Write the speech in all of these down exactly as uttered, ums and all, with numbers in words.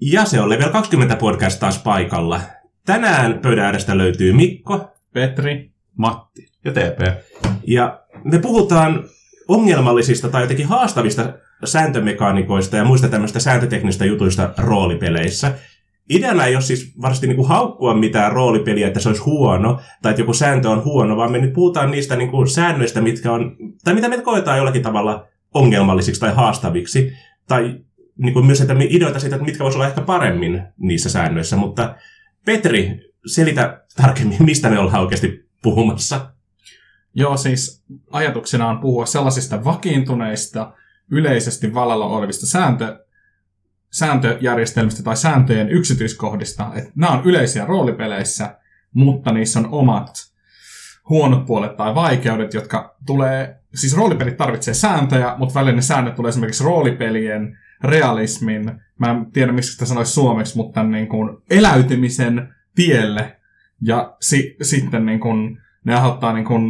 Ja se on Level kaksikymmentä podcast taas paikalla. Tänään pöydän äärestä löytyy Mikko, Petri, Matti ja T P. Ja me puhutaan ongelmallisista tai jotenkin haastavista sääntömekaanikoista ja muista tämmöistä sääntöteknisistä jutuista roolipeleissä. Ideana ei ole siis varsinaisesti niinku haukkua mitään roolipeliä, että se olisi huono, tai että joku sääntö on huono, vaan me nyt puhutaan niistä niinku säännöistä, mitkä on, tai mitä me koetaan jollakin tavalla ongelmallisiksi tai haastaviksi, tai niinku myös että ideoita siitä, että mitkä voisi olla ehkä paremmin niissä säännöissä. Mutta Petri, selitä tarkemmin, mistä me ollaan oikeasti puhumassa. Joo, siis ajatuksena on puhua sellaisista vakiintuneista, yleisesti vallalla olevista sääntö, sääntöjärjestelmistä tai sääntöjen yksityiskohdista. Että nämä on yleisiä roolipeleissä, mutta niissä on omat huonot puolet tai vaikeudet, jotka tulee... Siis roolipelit tarvitsee sääntöjä, mutta välillä ne säännöt tulee esimerkiksi roolipelien, realismin, mä en tiedä miksi sitä sanoisi suomeksi, mutta niin kuin eläytymisen tielle. Ja si- sitten niin kuin ne aiheuttaa niin kuin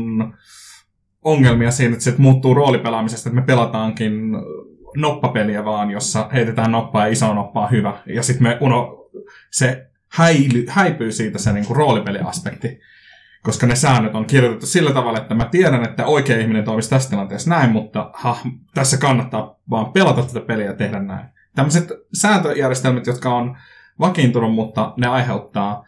ongelmia siinä, että se muuttuu roolipelaamisesta, että me pelataankin noppapeliä vaan, jossa heitetään noppaa ja iso noppa on hyvä. Ja sitten me uno, se häily, häipyy siitä se niin kuin roolipeliaspekti, koska ne säännöt on kirjoitettu sillä tavalla, että mä tiedän, että oikea ihminen toimisi tässä tilanteessa näin, mutta ha, tässä kannattaa vaan pelata tätä peliä ja tehdä näin. Tämmöiset sääntöjärjestelmät, jotka on vakiintunut, mutta ne aiheuttaa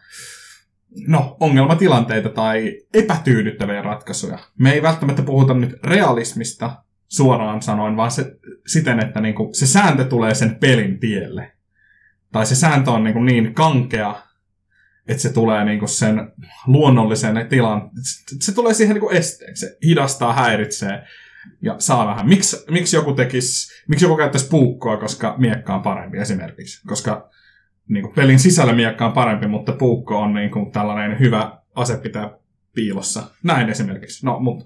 no, ongelmatilanteita tai epätyydyttäviä ratkaisuja. Me ei välttämättä puhuta nyt realismista suoraan sanoen, vaan se, siten, että niinku se sääntö tulee sen pelin tielle. Tai se sääntö on niinku niin kankea, että se tulee niinku sen luonnollisen tilan. Se tulee siihen niinku esteeksi. Se hidastaa, häiritsee ja saa vähän. Miks, miksi joku tekisi, miksi joku käyttäisi puukkoa, koska miekka on parempi esimerkiksi? Koska niinku pelin sisällä miekka on parempi, mutta puukko on niinku tällainen hyvä ase pitää piilossa. Näin esimerkiksi. No, mut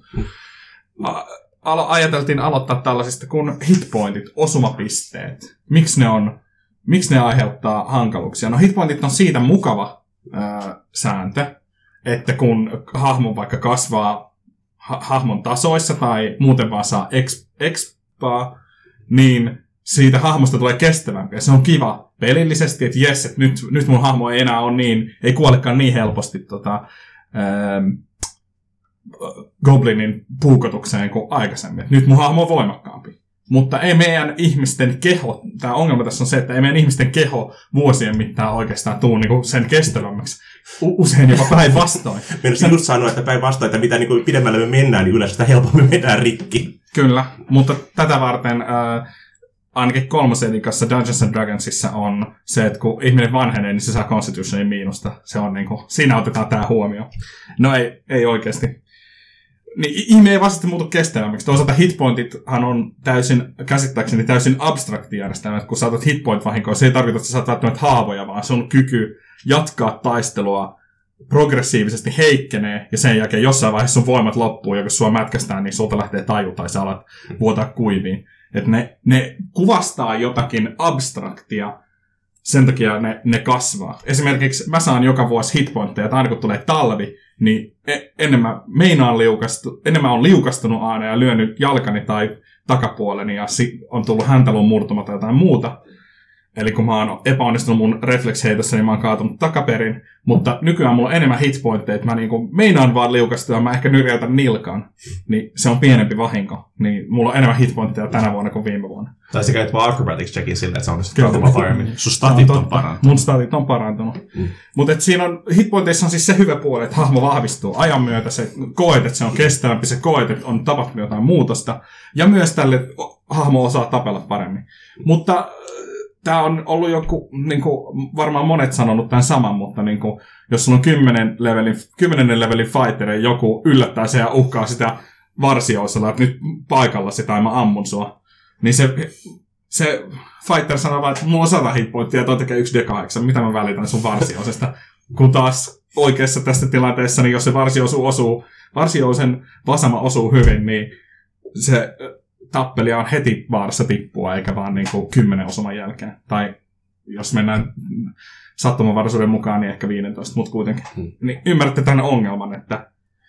alo- ajateltiin aloittaa tällaisista kuin hitpointit, osumapisteet. Miksi ne on, miksi ne aiheuttaa hankaluuksia? No hitpointit on siitä mukava ää, sääntö, että kun hahmo vaikka kasvaa ha- hahmon tasoissa tai muuten vaan saa exp- expaa, niin siitä hahmosta tulee kestävämpi. Ja se on kiva pelillisesti, että jes, että nyt, nyt mun hahmo ei enää ole niin, ei kuolekaan niin helposti tota, ää, Goblinin puukotukseen kuin aikaisemmin. Nyt mun hahmo on voimakkaampi. Mutta ei meidän ihmisten keho, tämä ongelma tässä on se, että ei meidän ihmisten keho vuosien mittaan oikeastaan tuu niinku sen kestävämmäksi. U- usein jopa päinvastoin. Meidän just sanoa, että päinvastoin, että mitä niinku pidemmälle me mennään, niin yleensä sitä helpommin mennään rikki. Kyllä, mutta tätä varten äh, ainakin kolmoselikassa Dungeons and Dragonsissa on se, että kun ihminen vanhenee, niin se saa Constitutionin miinusta. Se on niinku, siinä otetaan tämä huomioon. No ei, ei oikeasti. Niin ihminen ei vastasti muutu kestävämmäksi. Toisaalta hitpointithan on täysin, käsittääkseni täysin abstrakti järjestelmä. Kun saatat hitpoint-vahinkoa, se ei tarkoita, että sä saat välttämättä haavoja, vaan sun kyky jatkaa taistelua progressiivisesti heikkenee, ja sen jälkeen jossain vaiheessa sun voimat loppuu, ja kun sua mätkästään, niin sulta lähtee taju, tai sä alat vuotaa kuiviin. Että ne, ne kuvastaa jotakin abstraktia, sen takia ne, ne kasvaa. Esimerkiksi mä saan joka vuosi hitpointteja, että aina kun tulee talvi, niin ennen mä meinaan liukastu, ennen mä oon liukastunut aina ja lyönyt jalkani tai takapuoleni ja si- on tullut häntäluun murtuma tai jotain muuta. Eli kun mä oon epäonnistunut mun refleksheitossa, niin mä oon kaatunut takaperin. Mutta nykyään mulla on enemmän hitpointteja, että mä niinku meinaan vaan liukastua ja mä ehkä nyrjäytän nilkan. Niin se on pienempi vahinko. Niin mulla on enemmän hitpointteja tänä vuonna kuin viime vuonna. Tai sä käyt vaan acrobatics checkin silleen, että se on kaatumaan paremmin. Sun statit on, on parantunut. Mun statit on parantunut. Mm. Mutta siinä on, hitpointeissa on siis se hyvä puoli, että hahmo vahvistuu ajan myötä. Se koet, että se on kestävämpi, se koet, että on tapahtunut jotain muutosta. Ja myös tälle hahmo osaa tapella paremmin. Mutta tämä on ollut joku, niin kuin, varmaan monet sanonut tämän saman, mutta niin kuin, jos sulla on kymmenen levelin, kymmenennen levelin fighter ja joku yllättää se ja uhkaa sitä varsioisella, että nyt paikallasi tai mä ammun sua, niin se, se fighter sanoo vaan, että mulla on sata hitpointtia ja toi tekee yksi D kahdeksan, mitä mä välitän sun varsioisesta. Kun taas oikeassa tästä tilanteessa, niin jos se varsioisu osuu, varsioisen vasama osuu hyvin, niin se tappelija on heti vaarassa tippua, eikä vaan niin kuin kymmenen osuman jälkeen. Tai jos mennään sattumanvaraisuuden mukaan, niin ehkä viisitoista, mutta kuitenkin. Hmm. Niin ymmärrätte tämän ongelman, että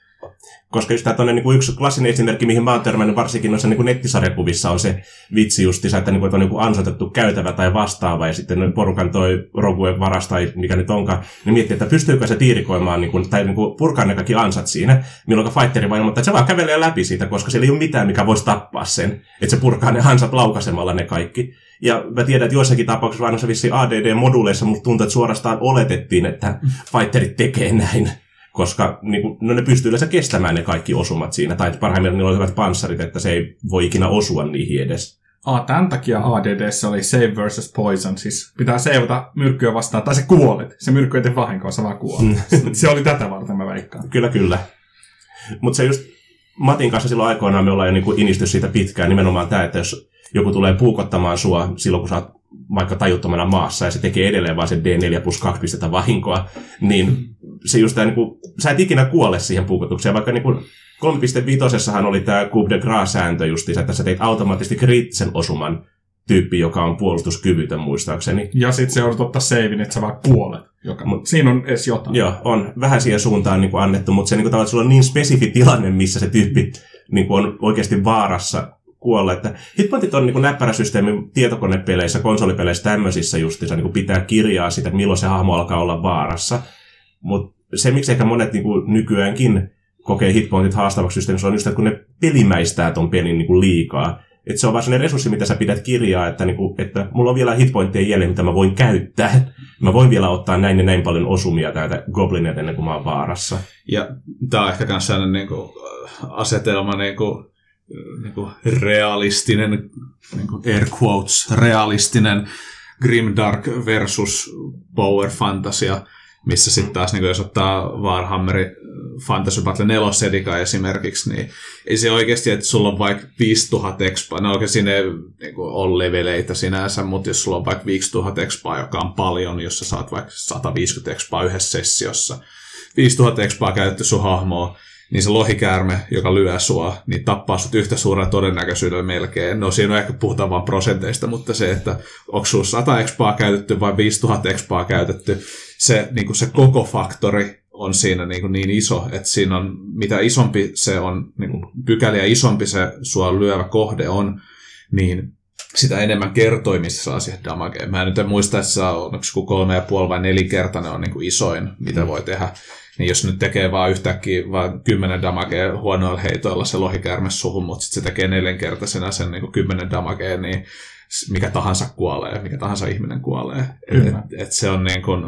Koska just tämä niin kuin yksi klassinen esimerkki, mihin mä oon törmännyt varsinkin noissa niin kuin nettisarjakuvissa, on se vitsi justiinsa, että, niin kuin, että on niin kuin ansoitettu käytävä tai vastaava, ja sitten porukan toi Rogue varas tai mikä nyt onkaan, niin miettii, että pystyykö se tiirikoimaan, niin kuin, tai niin kuin purkaa ne kaikki ansat siinä, milloin fighteri vaan ilmoittaa, että se vaan kävelee läpi siitä, koska siellä ei ole mitään, mikä voisi tappaa sen, että se purkaa ne ansat laukaisemalla ne kaikki. Ja mä tiedän, että joissakin tapauksissa vaan noissa vissiin A D D-moduuleissa musta tuntuu, että suorastaan oletettiin, että fighterit tekee näin. Koska niin kuin, no ne pystyy yleensä kestämään ne kaikki osumat siinä, tai parhaimmillaan niillä on hyvät panssarit, että se ei voi ikinä osua niihin edes. Ah, tämän takia A D D:ssä oli save versus poison, siis pitää seivata myrkkyä vastaan, tai se kuolet. Se myrkky ei tee vahinkoa, sä vaan kuolet. Se oli tätä varten, mä veikkaan. Kyllä, kyllä. Mutta se just Matin kanssa silloin aikoinaan me ollaan jo niin kuin inisty siitä pitkään, nimenomaan tämä, että jos joku tulee puukottamaan sua silloin, kun sä oot vaikka tajuttomana maassa, ja se tekee edelleen vaan sen D neljä plus kaksi pistettä vahinkoa, niin se just tämä, niin kuin, sä et ikinä kuole siihen puukotukseen, vaikka niin kuin kolme piste viisi oli tämä coup de grace-sääntö justiinsa, että sä teit automaattisesti kriittisen osuman tyyppi, joka on puolustuskyvytön muistaakseni. Ja sit se joudut ottaa seivin, että sä vaan kuolet. Joka... Mut, siinä on edes jotain. Joo, on vähän siihen suuntaan niin kuin annettu, mutta se niin kuin, tavallaan, että sulla on niin spesifi tilanne, missä se tyyppi niin kuin, on oikeasti vaarassa kuolla. Että hitpointit on niin kuin näppärä systeemi tietokonepeleissä, konsolipeleissä, tämmöisissä justiinsa niin kuin pitää kirjaa sitä, että milloin se hahmo alkaa olla vaarassa. Mutta se, miksi ehkä monet niin kuin nykyäänkin kokee hitpointit haastavaksi systeemissä, on just, että kun ne pelimäistää ton pelin niin kuin liikaa. Että se on vaan sellainen resurssi, mitä sä pidät kirjaa, että, niin kuin, että mulla on vielä hitpointteja jäljellä, mitä mä voin käyttää. Mä voin vielä ottaa näin ja näin paljon osumia täältä goblineita ennen kuin mä oon vaarassa. Ja tää on ehkä myös sellainen niin kuin, asetelma, niin kuin, niin kuin realistinen, niin kuin air quotes, realistinen grimdark versus power fantasia, missä sitten taas, niin jos ottaa Warhammerin Fantasy Battle neljä Sedika esimerkiksi, niin ei se oikeasti, että sulla on vaikka viisituhatta expaa, no oikein siinä ei niin ole leveleitä sinänsä, mutta jos sulla on vaikka viisituhatta expaa, joka on paljon, jos sä saat vaikka sata viisikymmentä expaa yhdessä sessiossa, viisituhatta expaa käytetty sun hahmoa, niin se lohikäärme, joka lyö sua, niin tappaa sut yhtä suurella todennäköisyydellä melkein. No siinä on ehkä puhutaan vaan prosenteista, mutta se, että onko sulla sata expaa käytetty vai viisituhatta expaa käytetty, se, niin kuin se koko faktori on siinä niin, kuin niin iso, että siinä on, mitä isompi se on, niin kuin pykäliä isompi se sua lyövä kohde on, niin sitä enemmän kertoimista saa siihen damageen. Mä en nyt en muista, että se on onko kolme ja puoli vai nelinkertainen on niin kuin isoin, mitä voi tehdä. Niin jos nyt tekee vaan yhtäkkiä vaan kymmenen damagea huonoilla heitoilla se lohikäärme suhun, mutta sitten se tekee nelinkertaisena sen niin kuin kymmenen damagea, niin mikä tahansa kuolee, mikä tahansa ihminen kuolee. Et, et, et se on niin kuin,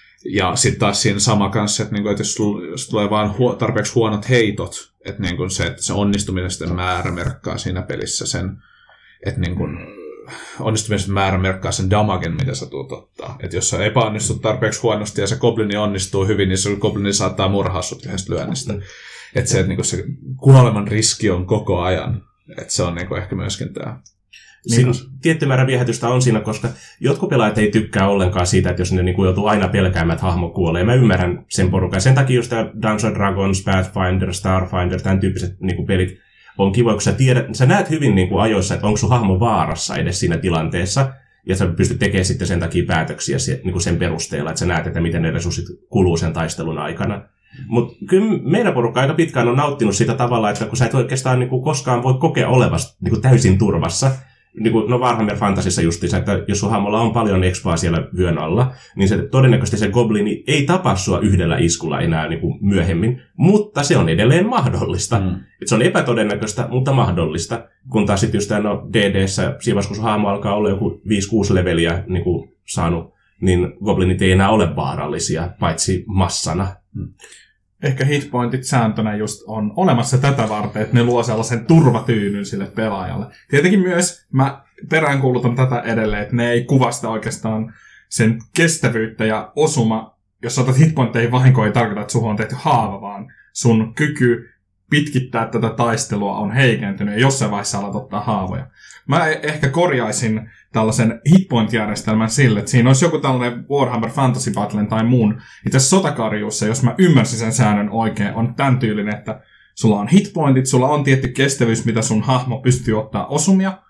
ja sitten taas siinä sama kanssa, että, niin kuin, että jos, jos tulee vaan huo, tarpeeksi huonot heitot, että, niin kuin se, että se onnistuminen sitten määrä merkkaa siinä pelissä sen, että niin kuin, onnistumisen määrä merkkaa sen damagen, mitä sä tuut ottaa. Että jos sä epäonnistut tarpeeksi huonosti ja se goblini onnistuu hyvin, niin se goblini saattaa murhaa sut yhdestä lyönnistä. Mm. Että se, että se kuoleman riski on koko ajan. Että se on niinku ehkä myöskin tämä. Niin, tietty määrä viehätystä on siinä, koska jotkut pelaajat ei tykkää ollenkaan siitä, että jos ne niin joutuu aina pelkäämään, että hahmo kuolee. Mä ymmärrän sen porukan. Sen takia just tämä Dungeons Dragons, Pathfinder, Starfinder, tämän tyyppiset niin pelit on kiva, kun sä, tiedät, sä näet hyvin niin kuin ajoissa, että onko sun hahmo vaarassa edes siinä tilanteessa, ja sä pystyt tekemään sitten sen takia päätöksiä sen, niin kuin sen perusteella, että sä näet, että miten ne resurssit kuluu sen taistelun aikana. Mutta kyllä meidän porukka aika pitkään on nauttinut siitä tavalla, että kun sä et oikeastaan niin kuin koskaan voi kokea olevasta niin kuin täysin turvassa, niin kuin, no Warhammer Fantasyssa justiinsa, että jos sun hahmolla on paljon expaa siellä vyön alla, niin se todennäköisesti se goblini ei tapa sua yhdellä iskulla enää niin kuin myöhemmin, mutta se on edelleen mahdollista. Mm. Et se on epätodennäköistä, mutta mahdollista. Kun taas sitten just no D D:ssä, siinä kun sun hahmo alkaa olla joku viisi kuusi leveliä niin kuin saanut, niin goblinit ei enää ole vaarallisia, paitsi massana. Mm. Ehkä hitpointit sääntönä just on olemassa tätä varten, että ne luo sellaisen turvatyynyn sille pelaajalle. Tietenkin myös mä peräänkuulutan tätä edelleen, että ne ei kuvasta oikeastaan sen kestävyyttä ja osuma. Jos otat hitpointteihin vahinkoa, ei tarkoita, että suhun on tehty haava, vaan sun kyky pitkittää tätä taistelua on heikentynyt ja jossain vaiheessa alat ottaa haavoja. Mä ehkä korjaisin tällaisen hitpoint-järjestelmän sille, että siinä olisi joku tällainen Warhammer Fantasy Battlen tai muun. Itse asiassa Sotakarjuussa, jos mä ymmärsin sen säännön oikein, on tämän tyylinen, että sulla on hitpointit, sulla on tietty kestävyys, mitä sun hahmo pystyy ottaa osumia,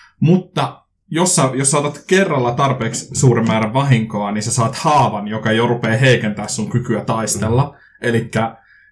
mutta jos sä, jos sä otat kerralla tarpeeksi suuren määrän vahinkoa, niin sä saat haavan, joka jo rupeaa heikentää sun kykyä taistella. Elikkä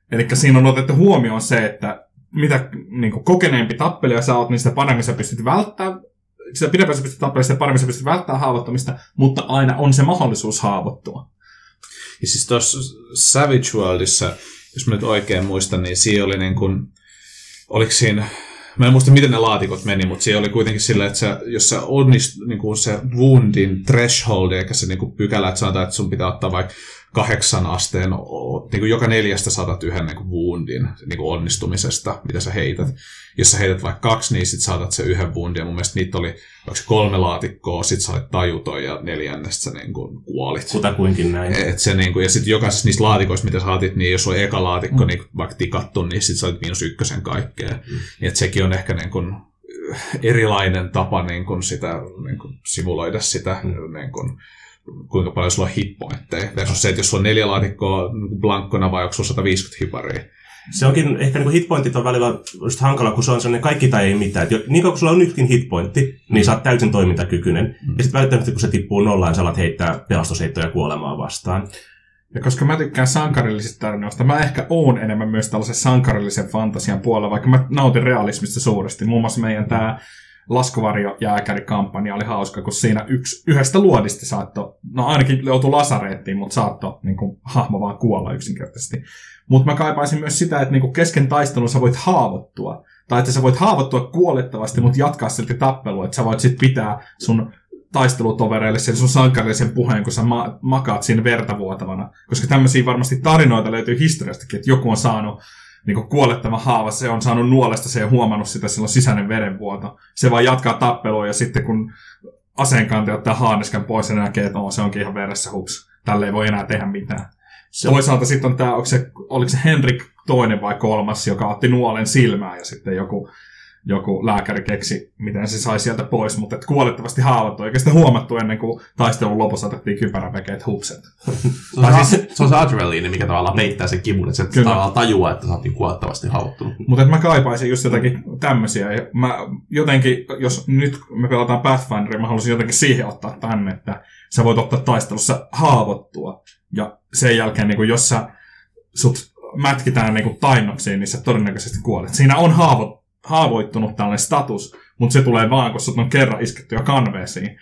Eli siinä on otettu huomioon se, että mitä niin kuin kokeneempi tappelija sä oot, niin sitä paremmin sä pystyt välttämään, sitä pidempään sä pystyt tappelemaan, sitä paremmin sä pystyt välttämään haavoittumista, mutta aina on se mahdollisuus haavoittua. Ja siis tuossa Savage Worldissa, jos mä nyt oikein muistan, niin siinä oli niin kuin, oliko siinä, mä en muista miten ne laatikot meni, mutta siinä oli kuitenkin sillä, että sä, jos sä onnistut niin kuin se woundin threshold, eikä se niin kuin pykälä, että sanotaan, että sun pitää ottaa vaikka kahdeksan asteen, niin kuin joka neljästä saatat yhden niin kuin woundin niin kuin onnistumisesta, mitä sä heität. Jos sä heität vaikka kaksi, niin sit saatat se yhden woundin, ja mun mielestä niitä oli se kolme laatikkoa, sit sä olet tajuton, ja neljännestä sä niin kuin kuolit. Kutakuinkin näin. Et se, niin kuin, ja sitten jokaisessa niistä laatikoista, mitä saatit, niin jos on eka laatikko mm. niin vaikka tikattu, niin sit sä olet miinus ykkösen kaikkea. Mm. Niin sekin on ehkä niin kuin erilainen tapa niin kuin sitä, niin kuin simuloida sitä, mm. niin kuin, kuinka paljon sulla on hitpointteja. Versus se, että jos sulla on neljä laatikkoa blankkona vai onko sulla sata viisikymmentä hiparia. Se onkin, ehkä niin hitpointit on välillä just hankala, kun se on sellainen kaikki tai ei mitään. Et niin kauan kun sulla on yksikin hitpointti, niin sä oot täysin toimintakykyinen. Mm. Ja sitten välttämättä kun se tippuu nollaan, sä alat heittää pelastusheittoja kuolemaa vastaan. Ja koska mä tykkään sankarillisista tarinoista, mä ehkä oon enemmän myös tällaisen sankarillisen fantasian puolella, vaikka mä nautin realismista suuresti. Muun muassa meidän tää Laskuvarjo-jääkäri-kampanja oli hauska, kun siinä yksi, yhdestä luodista saattoi, no ainakin joutui lasareettiin, mutta saattoi niin kuin, hahmo vaan kuolla yksinkertaisesti. Mutta mä kaipaisin myös sitä, että niin kuin kesken taistelun sä voit haavoittua. Tai että sä voit haavoittua kuolettavasti, mutta jatkaa silti tappelua. Että sä voit sit pitää sun taistelutovereille sen sun sankarillisen puheen, kun sä ma- makaat siinä verta vuotavana. Koska tämmöisiä varmasti tarinoita löytyy historiastakin, että joku on saanut niin kuolettava haava, se on saanut nuolesta, se ei ole huomannut sitä, sillä on sisäinen verenvuoto. Se vaan jatkaa tappelua ja sitten kun aseenkantaja ottaa haarniskan pois ja näkee, että oh, se onkin ihan veressä, hups, tälle ei voi enää tehdä mitään. Se toisaalta sitten on tämä, onko se, oliko se Henrik toinen vai kolmas, joka otti nuolen silmään ja sitten joku, joku lääkäri keksi, miten se sai sieltä pois, mutta et kuolettavasti haavoittui, eikä sitä huomattu ennen kuin taistelun lopussa otettiin kypärävekeet hupset. Se on se, se, on se adrenaliini, mikä tavallaan peittää sen kivun, että se tavallaan tajuaa, että sä oot kuolettavasti haavoittunut. Mutta mä kaipaisin just jotakin tämmöisiä. Ja mä jotenkin, jos nyt me pelataan Pathfinderia, mä haluaisin jotenkin siihen ottaa tänne, että sä voit ottaa taistelussa haavoittua. Ja sen jälkeen, niin jos sä sut mätkitään niin tainnoksiin, niin sä todennäköisesti kuolet. Siinä on haavo, haavoittunut tällainen status, mutta se tulee vaan, kun sut on kerran isketty jo kanveesiin,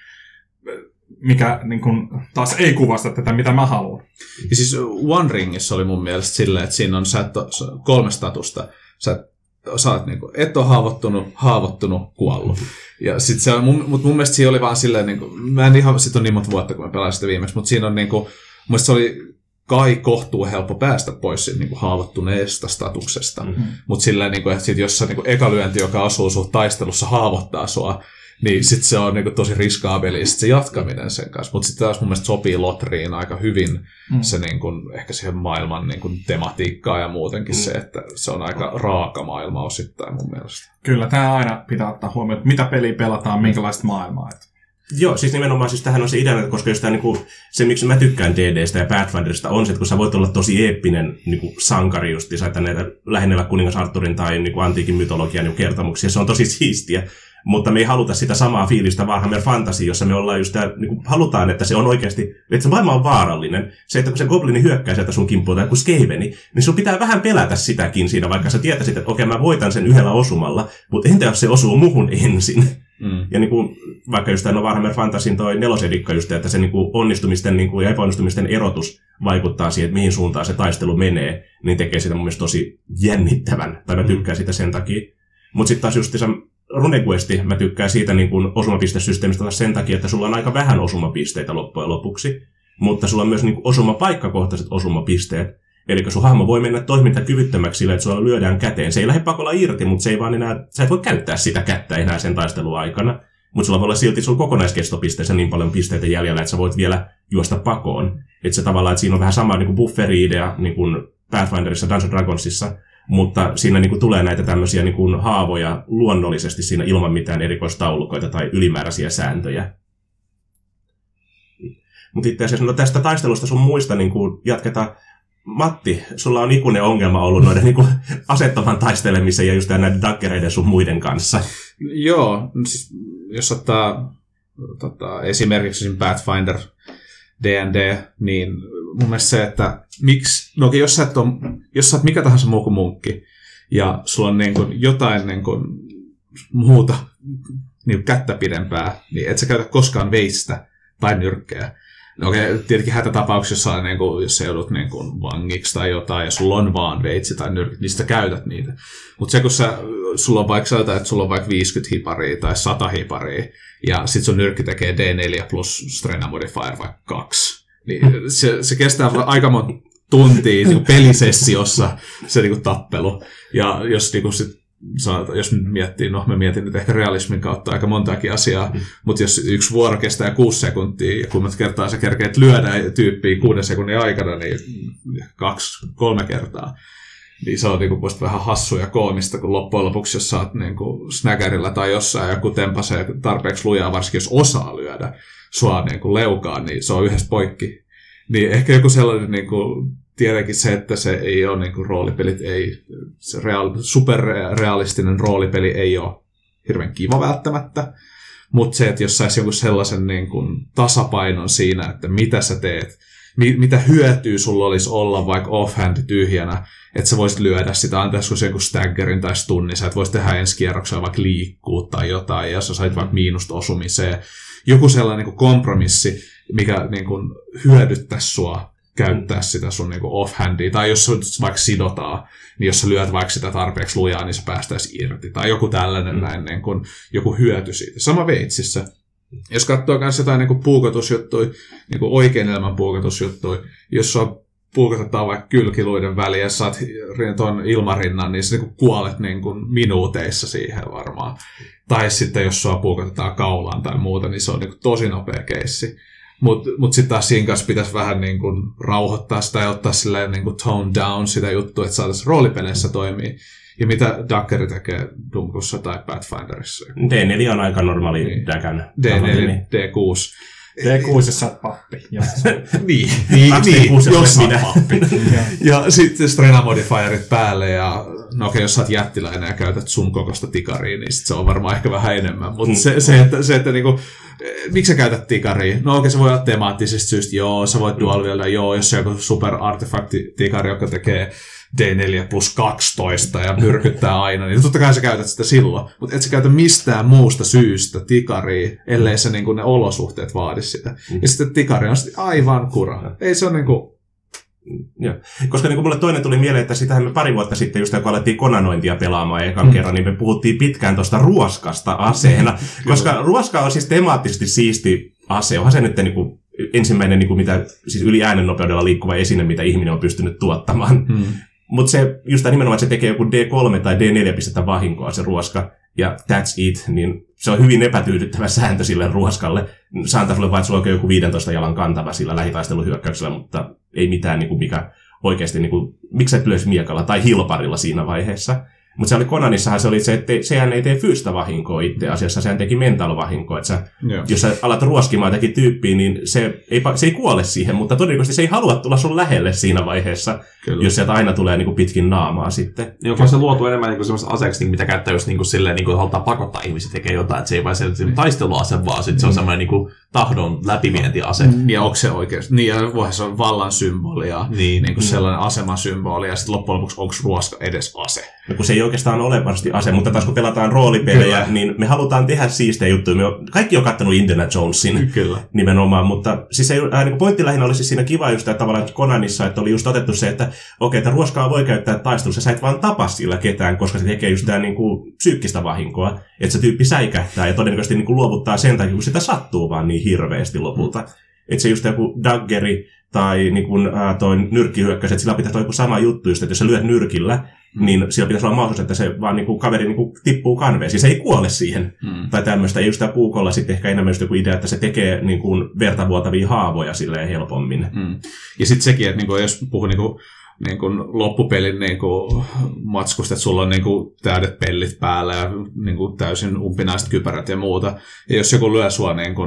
mikä niin kun, taas ei kuvasta tätä, mitä mä haluan. Ja siis One Ringissä oli mun mielestä silleen, että siinä on sä et ole, kolme statusta. Sä, sä oot niin kuin, et ole haavoittunut, haavoittunut, kuollut. Ja sit se on, mun, mut mun mielestä siinä oli vaan silleen, niin kuin, mä en ihan, sit on niin monta vuotta, kun mä pelasin sitä viimeksi, mutta siinä on niin kuin, mun mielestä se oli kai kohtuu helppo päästä pois siitä niin kuin haavoittuneesta statuksesta. Mm-hmm. Mutta silleen, niin kuin, että sit, jos se niin kuin eka lyönti, joka asuu sun taistelussa, haavoittaa sua, niin sitten se on niinku tosi riskaabeli se jatkaminen sen kanssa. Mutta sitten taas mun mielestä sopii Lotriin aika hyvin mm. se niinku, ehkä siihen maailman niinku, tematiikkaa ja muutenkin mm. se, että se on aika raaka maailma osittain mun mielestä. Kyllä, tämä aina pitää ottaa huomioon, että mitä peliä pelataan, minkälaista maailmaa. Että. Joo, siis nimenomaan siis tähän on se idea, koska jos tämä, niin kuin, se miksi mä tykkään D D:stä ja Pathfinderista on se, että kun sä voit olla tosi eeppinen niin kuin sankari justi, sä että näitä lähennellä kuningas Arthurin tai niin kuin antiikin mytologian niin kertomuksia, se on tosi siistiä. Mutta me ei haluta sitä samaa fiilistä Warhammer Fantasy, jossa me ollaan just tää, niin kuin halutaan, että se on oikeasti, että se maailma on vaarallinen. Se, että kun se goblini hyökkää sieltä sun kimppuun tai kun skeveni, niin sun pitää vähän pelätä sitäkin siinä, vaikka sä tietäisit, että okei, mä voitan sen yhdellä osumalla, mutta entä jos se osuu muhun ensin? Mm. Ja niin kuin, vaikka just tämä Warhammer Fantasyn toi nelosedikka just, että se niin kuin onnistumisten niin kuin, ja epäonnistumisten erotus vaikuttaa siihen, että mihin suuntaan se taistelu menee, niin tekee sitä mun mielestä tosi jännittävän, tai mä tykkään sitä sen takia. Mutta sitten taas just RuneQuesti, mä tykkään siitä niin kuin osumapistesysteemistä taas sen takia, että sulla on aika vähän osumapisteitä loppujen lopuksi, mutta sulla on myös niin kuin osumapaikkakohtaiset osumapisteet. Eli sun hahmo voi mennä toimintakyvyttömäksi sillä, että sulla lyödään käteen. Se ei lähde pakolla irti, mutta se ei vaan enää, sä et voi käyttää sitä kättä enää sen taistelun aikana. Mutta sulla voi olla silti sun kokonaiskestopisteessä niin paljon pisteitä jäljellä, että sä voit vielä juosta pakoon. Että se tavallaan, että siinä on vähän sama niin kuin bufferi-idea niin kuin Pathfinderissa, Dungeons Dragonsissa, mutta siinä niin kuin tulee näitä tämmöisiä niin kuin haavoja luonnollisesti siinä ilman mitään erikoistaulukoita tai ylimääräisiä sääntöjä. Mutta itse asiassa no tästä taistelusta sun muista niin kuin jatketaan. Matti, sulla on ikuinen ongelma ollut noiden niin kuin asettoman taistelemisen ja just näiden dakkereiden sun muiden kanssa. Joo, siis jos ottaa tota, esimerkiksi Pathfinder D and D, niin mun mielestä se, että miksi, no okei, jos sä, et on, jos sä oot mikä tahansa muu kuin munkki, ja sulla on niin kuin jotain niin kuin muuta niin kättä pidempää, niin et sä käytä koskaan veistä tai nyrkkejä. No okei, okay, tietenkin hätätapauksessa, niin kuin, jos sä joudut niin kuin vangiksi tai jotain, ja sulla on vaan veitsi tai nyrkit, niin sä käytät niitä. Mutta se, kun sä, sulla on vaikka sanotaan, että sulla on vaikka viisikymmentä hiparia tai sata hiparia, ja sit sun nyrkki tekee D neljä plus Strength Modifier vaikka kaksi, niin se, se kestää aika monta tuntia niin pelisessiossa se niin kuin tappelu. Ja jos niin kuin sit, jos miettii, no mä mietin nyt ehkä realismin kautta aika montaakin asiaa, mm. mutta jos yksi vuoro kestää kuusi sekuntia ja kun kertaa sä kerkeet lyödä tyyppiä kuuden sekunnin aikana, niin kaksi, kolme kertaa, niin se on niinku vähän hassua ja koomista, kun loppujen lopuksi, jos sä oot niinku snaggerilla tai jossain joku tempasee tarpeeksi lujaa, varsinkin jos osaa lyödä sua niinku leukaan, niin se on yhdessä poikki. Niin ehkä joku sellainen niinku tietenkin se, että se ei ole niin kuin roolipelit, ei, se real, superrealistinen roolipeli ei ole hirveän kiva välttämättä, mutta se, että jos saisi jonkun sellaisen niin kuin tasapainon siinä, että mitä sä teet, mi, mitä hyötyä sulla olisi olla vaikka offhand tyhjänä, että sä voisit lyödä sitä, antaisiko se joku staggerin tai stunnin, sä et voisi tehdä ensi kierroksella vaikka liikkuu tai jotain, ja sä sait vaikka miinusta osumiseen. Joku sellainen niin kuin kompromissi, mikä niin kuin hyödyttäisi sua käyttää sitä sun niinku offhandia, tai jos se vaikka sidotaan, niin jos sä lyöt vaikka sitä tarpeeksi lujaa, niin se päästäisi irti, tai joku tällainen mm. näin, niin kun joku hyöty siitä. Sama veitsissä. Jos katsoo myös jotain niin puukotusjuttuja, niin oikein elämän puukotusjuttuja, jos sua puukotetaan vaikka kylkiluiden väliin, ja saat tuon ilmarinnan, niin sä niin kuolet niin kuin minuuteissa siihen varmaan. Tai sitten jos sua puukotetaan kaulaan tai muuta, niin se on niin kuin tosi nopea keissi. Mutta mut sitten taas siinä kanssa pitäisi vähän niin kuin rauhoittaa sitä ja ottaa silleen niin kuin tone down sitä juttua, että saataisiin roolipeleissä toimia. Ja mitä Daggeri tekee Dumkussa tai Pathfinderissa? D neljä on aika normaali niin. Dagan. D neljä, D kuusi. D kuusi, jos sä oot pappi. niin, niin, niin jos sä oot pappi. Ja sitten Strength Modifierit päälle ja no okei, okay, jos sä oot jättiläinen ja käytät sun kokoista tikaria, niin sit se on varmaan ehkä vähän enemmän. Mutta mm. se, se, että, se, että niinku, miksi sä käytät tikaria? No okei, okay, se voi olla temaattisista syystä, joo, sä voit dual wielda, joo, jos se on joku super artefakti tikari, joka tekee D neljä plus kaksitoista ja myrkyttää aina, niin totta kai sä käytät sitä silloin, mutta et sä käytä mistään muusta syystä tikaria, ellei se niinku ne olosuhteet vaadi sitä. Mm. Ja sitten tikari on sitten aivan kura. Ei se on niinku... Joo. Koska niin mulle toinen tuli mieleen, että sitähän me pari vuotta sitten, just kun alettiin konanointia pelaamaan ekan mm. kerran, niin me puhuttiin pitkään tuosta ruoskasta aseena. Koska ruoska on siis temaattisesti siisti ase. Onhan se nyt niin kuin ensimmäinen niin kuin mitä, siis yli äänennopeudella liikkuva esine, mitä ihminen on pystynyt tuottamaan. Mm. Mutta se just nimenomaan, että se tekee joku D kolme tai D neljä pistettä vahinkoa se ruoska, ja that's it, niin se on hyvin epätyydyttävä sääntö sille ruoskalle. Se antaa sulle vain, että sulla on joku viisitoista jalan kantava sillä lähitaisteluhyökkäyksellä, mutta ei mitään, niin kuin mikä oikeasti, niin kuin, miksi et löysi miekalla tai hilparilla siinä vaiheessa. Mutta se oli Conanissahan se oli se, että sehän ei tee fyysistä vahinkoa itse asiassa, sehän teki mental-vahinkoa. Että sä, jos sä alat ruoskimaan jotakin tyyppiä, niin se ei, se ei kuole siihen, mutta todennäköisesti se ei halua tulla sun lähelle siinä vaiheessa, Kyllä. jos sieltä aina tulee niin kuin pitkin naamaa sitten. Joka on se luotu enemmän niin semmoista aseeksi, mitä käyttää just niin silleen, niin kuin halutaan pakottaa ihmisiä tekee jotain, että se ei vain se taisteluase, vaan sit se on semmoinen niin kuin tahdon läpivientiase. Mm. Ja onko se oikeasti? Niin, ja voihan se on vallan symboli ja niin, niin kuin mm. sellainen aseman symboli, ja sitten loppujen lopuksi onko ruoska edes ase? No, kun se ei oikeastaan ole varsinaisesti ase, mutta taas kun pelataan roolipelejä, Kyllä. niin me halutaan tehdä siistejä juttuja. Me on, kaikki on kattonut Indiana Jonesin Kyllä. nimenomaan, mutta siis se, äh, niin pointti lähinnä oli siis siinä kiva just että tavallaan Conanissa, että oli just otettu se, että okei, okay, että ruoskaa voi käyttää taistelussa, sä et vaan tapa sillä ketään, koska se tekee just tämä niin kuin psyykkistä vahinkoa, että se tyyppi säikähtää ja todennäköisesti niin kuin luovuttaa sen takia, kun sitä sattuu vaan niin hirveästi lopulta. Että se just joku daggeri tai niin kuin, äh, toi nyrkkihyökkäys, että sillä pitäisi olla joku sama juttu, just, että jos sä lyöt nyrkillä, mm. niin sillä pitäisi olla mahdollisuus, että se vaan niin kuin, kaveri niin kuin, tippuu kanveesiin. Se ei kuole siihen. Mm. Tai tämmöistä. Ja just tämä puukolla sitten ehkä enemmän just joku idea, että se tekee niin kuin, vertavuotavia haavoja silleen helpommin. Mm. Ja sitten sekin, että niin kuin, jos puhuu niin kuin, niin kuin loppupelin niin kuin matskusta, että sulla on niin kuin täydet pellit päällä ja niin kuin täysin umpinaiset kypärät ja muuta. Ja jos joku lyö sua niin kuin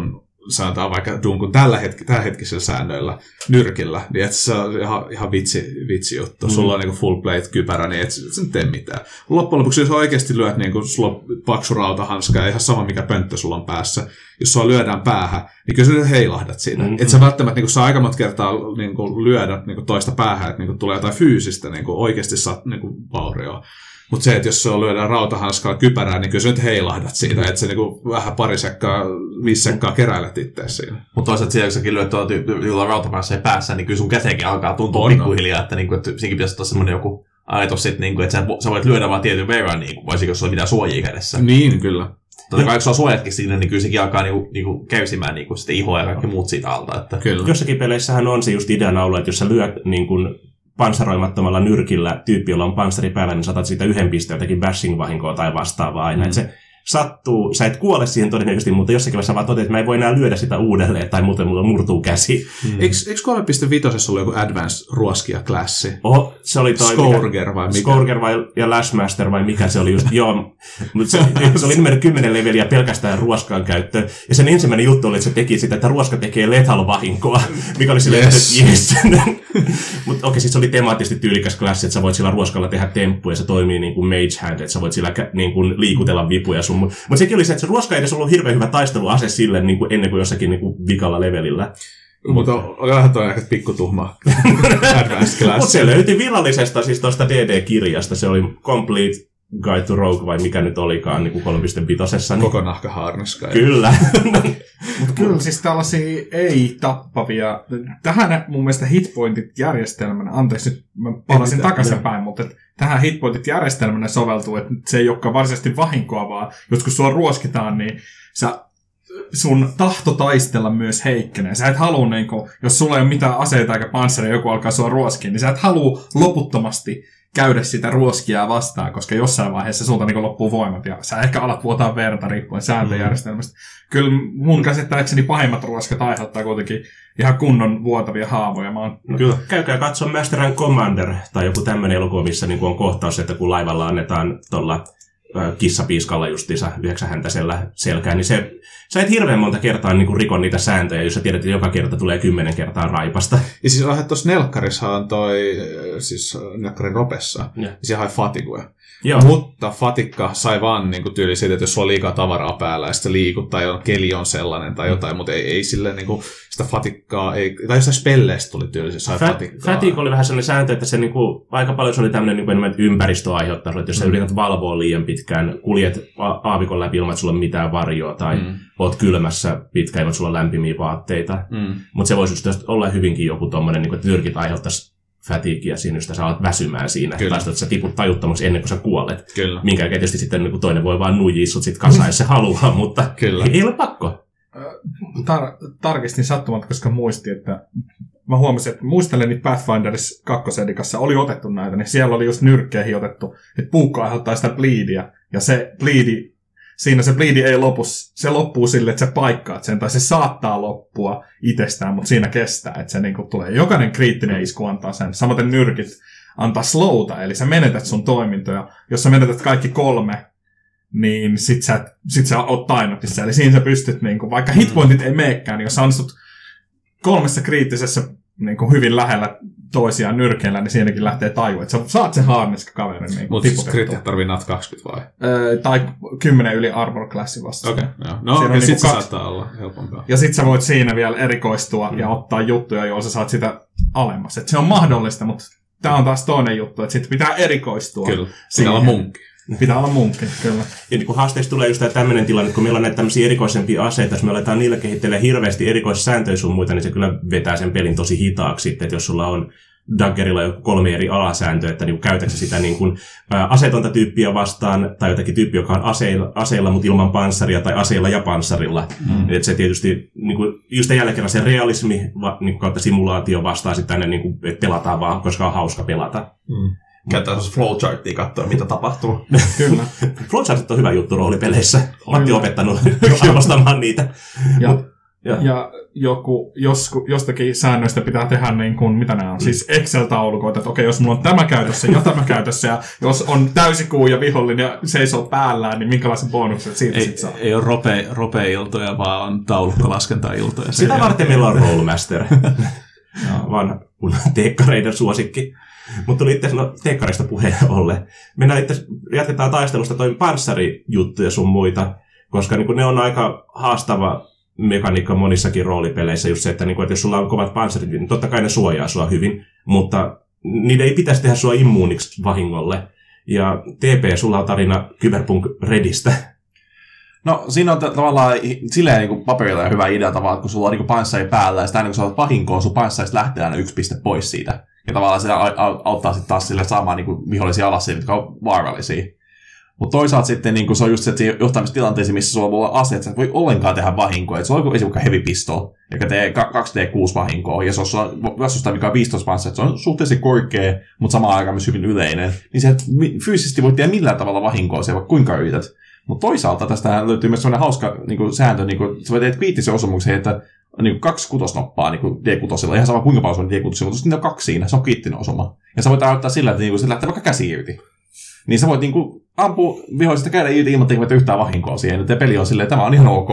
sanotaan vaikka dunkun tällä hetki, tällä hetkisellä säännöillä nyrkillä, niin et se on ihan, ihan vitsi, vitsi juttu. Mm. Sulla on niinku full plate kypärä, niin et sä tee mitään. Loppujen lopuksi, jos oikeasti lyöt, niinku, sulla on paksu rautahanska ja ihan sama mikä pönttö sulla on päässä, jos sua lyödään päähän, niin kyllä sä heilahdat siitä. Mm-hmm. Et sä välttämättä niinku, saa aika monta kertaa niinku, lyödä niinku, toista päähän, että niinku, tulee jotain fyysistä, niinku, oikeasti saa niinku, vaurioa. Mutta se, että jos se on lyödään rautahanskalla kypärää, niin kyllä sä nyt heilahdat siitä, että se niinku vähän pari sekkaa, viisi sekkaa keräilet itseäsi siinä. Mutta toisaalta siellä, kun säkin lyöt tuolla tyypillä rautapäässä ja päässä, niin kyllä sun käteekin alkaa tuntua on, pikkuhiljaa, no. että, niinku, että siinäkin pitäisi olla semmoinen joku ajatus, sit, niinku, että sä, sä voit lyödä vaan tietyn verran, niinku, varsinkin jos sulla ei mitään suojia kädessä. Niin, kyllä. Totta kai, kun sulla on suojatkin siinä, niin kyllä sekin alkaa niinku, niinku käymään niinku, sitten ihoa ja kaikki muut siitä alta. Että. Kyllä. Jossakin peleissähän on se just ideana ollut, että jos sä lyöt niin kun panssaroimattomalla nyrkillä tyyppi, jolla on panssari päällä, niin saatat siitä yhden pisteen jotakin bashing-vahinkoa tai vastaavaa aina. Mm. Se sattuu, sä et kuole siihen todennäköisesti, mutta jossakin vaiheessa vaan toteat, että mä en voi enää lyödä sitä uudelleen, tai muuten mulla murtuu käsi. Mm. Eikö, eikö kolme piste viisi ollut joku advanced ruoskia-klassi? Oho, se oli toi... Scourger vai mikä? Scourger vai, ja Lashmaster vai mikä se oli just, joo. Mutta se, se oli numero kymmenen leveliä pelkästään ruoskaan käyttöön. Ja sen ensimmäinen juttu oli, että se teki sitä, että ruoska tekee lethal vahinkoa, mikä oli silleen, yes. että jes. Mutta okei, siis se oli temaattisesti tyylikäs klassi, että sä voit sillä ruoskalla tehdä temppuja, ja se toimii niin kuin mage hand, että sä voit sillä niin kuin liikutella vipuja sun. Mutta sekin oli se, että se ruoska ei edes ollut hirveän hyvä taisteluase sille niin kuin ennen kuin jossakin niin kuin vikalla levelillä. Mutta oli vähän toi aika pikkutuhma advanced class. Mutta se löytyi virallisesta, siis tuosta D D-kirjasta. Se oli Complete Guide to Rogue, vai mikä nyt olikaan, niin kuin kolme piste viisi. Niin... Koko nahkahaarnaska. Kyllä. Mutta kyllä siis tällaisia ei-tappavia, tähän mun mielestä hitpointit-järjestelmänä, anteeksi nyt mä palasin takaisinpäin, mutta tähän hitpointit-järjestelmänä soveltuu, että se ei olekaan varsinaisesti vahinkoa, vaan jos kun sua ruoskitaan, niin sä, sun tahto taistella myös heikkenee. Sä et halua, niin kun, jos sulla ei ole mitään aseita eikä panssaria, joku alkaa sua ruoskia, niin sä et halua loputtomasti käydä sitä ruoskia vastaan, koska jossain vaiheessa sulta niin loppuu voimat ja sä ehkä alat vuotaa verta riippuen sääntöjärjestelmästä. Mm. Kyllä mun käsittääkseni pahimmat ruoskat aiheuttaa kuitenkin ihan kunnon vuotavia haavoja. Mä oon... no, kyllä. Käykää katsoa Master and Commander tai joku tämmöinen elokuva, missä niin on kohtaus, että kun laivalla annetaan tuolla kissapiiskalla justiinsa yhdeksänhäntäisellä selkään, niin se, sä et hirveän monta kertaa niin rikon niitä sääntöjä, jos sä tiedät, että joka kerta tulee kymmenen kertaa raipasta. Ja siis onhan tuossa Nelkkarissa on toi, siis Nelkkarin ropessa, ja siellä on fatigue. Joo. Mutta fatikka sai vaan niin kuin tyyli siitä, että jos sulla on liikaa tavaraa päällä ja sitten liikut tai on, keli on sellainen tai jotain, mutta ei, ei silleen niin kuin sitä fatikkaa, ei, tai jostain spelleistä tuli tyyli, se sai Fat, fatikkaa. Fatigue oli vähän sellainen sääntö, että se niin kuin, aika paljon se oli tämmöinen niin kuin ympäristö aiheuttaa, että jos sä mm. yrität valvoa liian pitkään, kuljet aavikon läpi ilman, että sulla on mitään varjoa tai mm. oot kylmässä pitkään, ilman, että sulla on lämpimiä vaatteita. Mm. Mutta se voisi just olla hyvinkin joku tommoinen, niin kuin, että nyrkit aiheuttaisi fatiguea siinä, josta sä alat väsymään siinä. Tai että sä tiput tajuttomaksi ennen kuin sä kuolet. Kyllä. Minkä tietysti sitten niin toinen voi vaan nuijia sut sit kasaan, jos se haluaa, mutta Kyllä. ei ole pakko. Tar- tarkistin sattumat, koska muistin, että mä huomasin, että muistelen, että Pathfinderis kakkosedikassa oli otettu näitä, niin siellä oli just nyrkkeihin otettu, että puukko aiheuttaa sitä bleedia, ja se bleedi, siinä se bleedi ei lopu, se loppuu sille, että sä paikkaat sen, tai se saattaa loppua itsestään, mutta siinä kestää, että se niinku tulee. Jokainen kriittinen isku antaa sen. Samaten nyrkit antaa slowta, eli sä menetät sun toimintoja. Jos sä menetät kaikki kolme, niin sit sä, sit sä oot tainnoksissa. Eli siinä sä pystyt, niinku, vaikka hitpointit ei meekään, niin jos sä onnistut kolmessa kriittisessä niinku, hyvin lähellä toisiaan nyrkeillä, niin siinäkin lähtee taju. Että sä saat sen harneska kaverin niin mutta siis kriittiä tarvii nat kaksikymmentä vai? Öö, tai kymmenen yli armor classin vasta. Okei, okay, joo. No okay, sit se kaksi... saattaa olla helpompaa. Ja sit sä voit siinä vielä erikoistua mm. ja ottaa juttuja, joilla sä saat sitä alemmas. Et se on mahdollista, mutta tää on taas toinen juttu, että sit pitää erikoistua. Kyllä, pitää olla munkki. Pitää olla munkki, kyllä. Ja niin kun haasteista tulee just tämmöinen tilanne, kun meillä on näitä tämmöisiä erikoisempia aseita, jos me aletaan niillä kehittelemään hirveästi erikoissääntöjä sun muita, niin se kyllä vetää sen pelin tosi hitaaksi sitten, että jos sulla on Daggerilla joku kolme eri alasääntöä, että niin käytätkö sitä niin kuin, ä, aseetonta tyyppiä vastaan, tai jotakin tyyppiä, joka on aseilla, aseilla mutta ilman panssaria, tai aseilla ja panssarilla. Mm. Että se tietysti, niin kuin, just jälleen kerran se realismi va, niin kautta simulaatio vastaa sitten tänne, niin kuin, että pelataan vaan, koska on hauska pelata. Mm. Käytetään tuossa flowcharttia katsoa, mitä tapahtuu. Kyllä. Flowchartit on hyvä juttu roolipeleissä. Matti on opettanut arvostamaan niitä. Ja, Ja, ja joku, jos, jostakin säännöistä pitää tehdä niin kuin, mitä nämä on, mm. siis Excel-taulukoita, että okei, jos mulla on tämä käytössä ja tämä käytössä, ja jos on täysikuu ja vihollinen ja seisoo päällään, niin minkälaisen bonuksen siitä ei, sit saa? Ei ole rope, rope-iltoja, vaan on taulukkolaskenta-iltoja. Sitä varten meillä on Rollmaster. Vanha teekkareiden suosikki. Mutta tuli itse asiassa no, teekkarista puheen ollen. Mennään itse jatketaan taistelusta toi panssarijuttuja sun muita, koska niin ne on aika haastava mekaniikka monissakin roolipeleissä. Just se, että, niin kun, että jos sulla on kovat panssarit, niin totta kai ne suojaa sua hyvin, mutta niiden ei pitäisi tehdä sua immuuniksi vahingolle. Ja T P, sulla on tarina Cyberpunk Redistä. No siinä on t- tavallaan silleen niin paperilla hyvä idea tavallaan, kun sulla on niin panssari päällä ja sitä ennen kuin sä olet vahinkoon, sun panssarista lähtee aina yksi piste pois siitä. Ja tavallaan sitä a- auttaa sitten taas sille saamaan niin vihollisia alas, jotka on vaarallisia. Mutta toisaalta sitten niin se on just se, että johtamistilanteisiin, missä sulla voi olla aseet, että sä et voi ollenkaan tehdä vahinkoa. Et sulla on esimerkiksi heavy pistol, joka tekee kaksi D kuusi vahinkoa, ja se on vastustaa, mikä on viisitoista panssari, se on suhteellisesti korkea, mutta samaan aikaan myös hyvin yleinen. Niin se et fyysisesti voi tehdä millään tavalla vahinkoa, se vaikka kuinka yrität. Mutta toisaalta tästä löytyy myös sellainen hauska niin kuin sääntö, niin kuin, sä voi tehdä kriittisen osumuksen, että niin kuin kaksi kutosnoppaa niin D kuusi, ihan sama kuinka paljon se on D kuusi, mutta jos niitä on kaksi siinä, se on kriittinen osuma. Ja sä voit aloittaa sillä, että niin kuin, se lähtee vaikka käsi irti. Niin sä voit niin kuin, ampua vihollisesta käden irti ilman tekemättä yhtään vahinkoa siihen, että peli on silleen, että tämä on ihan ok.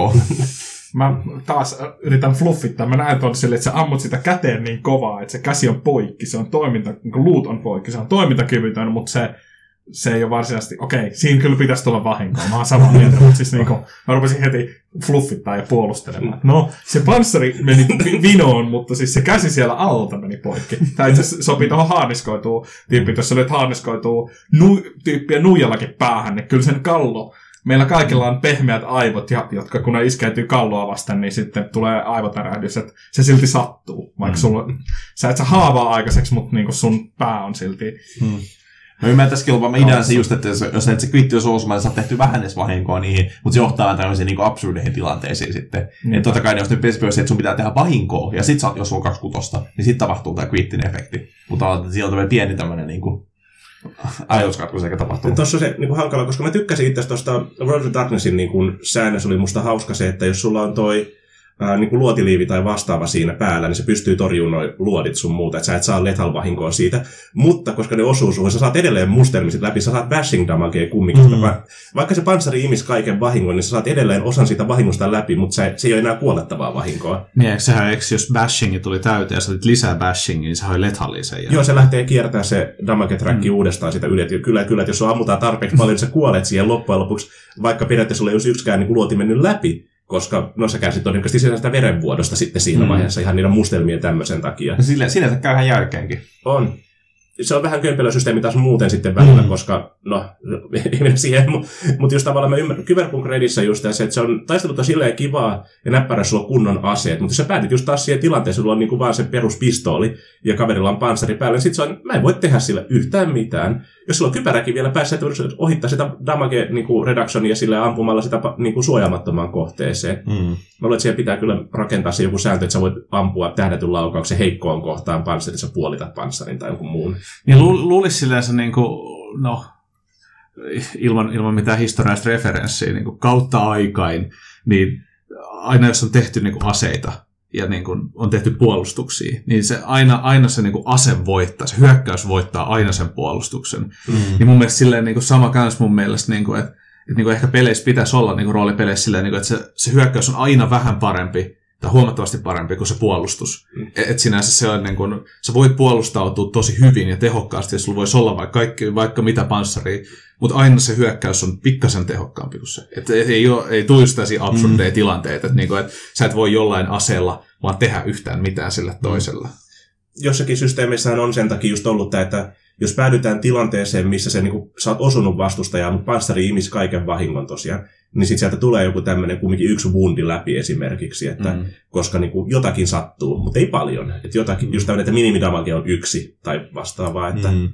Mä taas yritän fluffittaa. Mä näen tuon silleen, että sä ammut sitä käteen niin kovaa, että se käsi on poikki, se on toiminta, niin kuin luut on poikki, se on toimintakyvytön, mutta se se ei ole varsinaisesti, okei, siinä kyllä pitäisi tulla vahinkoa, mä oon samaa mieltä, mutta siis niinku, mä rupesin heti fluffittaa ja puolustelemaan. No, se panssari meni vinoon, mutta siis se käsi siellä alta meni poikki. Tämä itse asiassa sopii tuohon haarniskoituun tyyppiin, jos sä lyöt haarniskoituu nu, tyyppiä nuijallakin päähän, niin kyllä sen kallo, meillä kaikilla on pehmeät aivot, jotka kun ne iskeytyy kalloa vasten, niin sitten tulee aivotärähdys, että se silti sattuu, vaikka mm. sulla, sä et sä haavaa aikaiseksi, mutta niinku sun pää on silti. Mm. Mä ymmärrän tässä kilpaa, mä idean se just, että jos, jos et se kvitti olisi osuma, niin sä oot tehty vähän edes vahinkoa niihin, mutta se johtaa tämmöisiin niin absurdeihin tilanteisiin sitten. Mm. Että totta kai ne olisi nyt pesipäiväisiä, että sun pitää tehdä vahinkoa, ja sit sä, jos on kaksi kutosta, niin sit tapahtuu tää kvittinen efekti. Mutta sieltä on pieni tämmönen niinku ajatuskatko sekä tapahtuu. Tuossa on se niin kuin hankala, koska mä tykkäsin itse tuosta World of Darknessin niin kuin säännössä oli musta hauska se, että jos sulla on toi ää, niin kuin luotiliivi tai vastaava siinä päällä, niin se pystyy torjumaan noi luodit sun muuta, että sä et saa lethal vahinkoa siitä. Mutta koska ne osuu suhun, sä saat edelleen mustelmisit läpi, sä saat bashing damagea kumminkin. Mm. Vaikka se panssari imis kaiken vahingon, niin sä saat edelleen osan siitä vahingosta läpi, mutta se, se ei ole enää kuolettavaa vahinkoa. Niin, eikö sehän, eikö jos bashingi tuli täyteen ja sä otit lisää bashingia, niin se oli lethallia sen jälkeen. Joo, se lähtee kiertämään se damage-tracki mm. uudestaan sitä yli. Kyllä, kyllä, että jos sua ammutaan tarpeeksi paljon, niin sä kuolet siihen loppujen lopuksi, vaikka periaatteessa sulla ei olisi yksikään niin luoti mennyt läpi. Koska no sä kärsit todennäköisesti sitä verenvuodosta sitten siinä mm. vaiheessa ihan niiden mustelmien tämmöisen takia. No sille, sinänsä käy ihan järkeenkin. On. Se on vähän kömpelösysteemi taas muuten sitten välillä, mm. koska no, ei mennä siihen, mutta just tavallaan mä ymmärrän, Cyberpunk Redissä just se, että se on taistelut on silleen kivaa ja näppärä sulla on kunnon aseet, mutta jos sä päätit just taas siihen tilanteeseen, sulla on niinku vaan se peruspistooli ja kaverilla on panssari päällä, niin sit se on, mä en voi tehdä sillä yhtään mitään. Jos sulla on kypäräkin vielä päässä, että ohittaa sitä damage niinku reductionia sillä ampumalla sitä niinku suojaamattomaan kohteeseen. Mm. Mä luulen, että siihen pitää kyllä rakentaa se joku sääntö, että sä voit ampua tähdätyn laukauksen heikkoon kohtaan panssarin, sä puolitat panssarin tai jonkun muun. Niin lu- luulisi silleen se niinku, no, ilman, ilman mitään historiallista referenssiä, niinku kautta aikain, niin aina jos on tehty niinku aseita ja niinku on tehty puolustuksia, niin se aina, aina se niinku ase voittaa, se hyökkäys voittaa aina sen puolustuksen. Mm. Niin mun mielestä silleen niinku sama kans mun mielestä, niinku, että et niinku ehkä peleissä pitäisi olla niinku roolipeleissä silleen, niinku, että se, se hyökkäys on aina vähän parempi, tai huomattavasti parempi kuin se puolustus. Mm. Että sinänsä se on niin kuin, sä voit puolustautua tosi hyvin ja tehokkaasti, ja sulla voisi olla vaikka, kaikki, vaikka mitä panssaria, mutta aina se hyökkäys on pikkasen tehokkaampi kuin se. Että ei, ole, ei tule tällaisia absurdeja mm. tilanteita, että, niin kuin, että sä et voi jollain aseella vaan tehdä yhtään mitään sille toisella. Jossakin systeemissähän on sen takia just ollut tämä, että jos päädytään tilanteeseen, missä se, niin kuin, sä oot osunut vastustajaa, mutta panssari imisi kaiken vahingon tosiaan, niin sitten sieltä tulee joku tämmöinen kumminkin yksi wundi läpi esimerkiksi, että mm. koska niin kuin, jotakin sattuu, mutta ei paljon. Että jotakin, just tämmöinen, että minimidamage on yksi tai vastaavaa, että mm.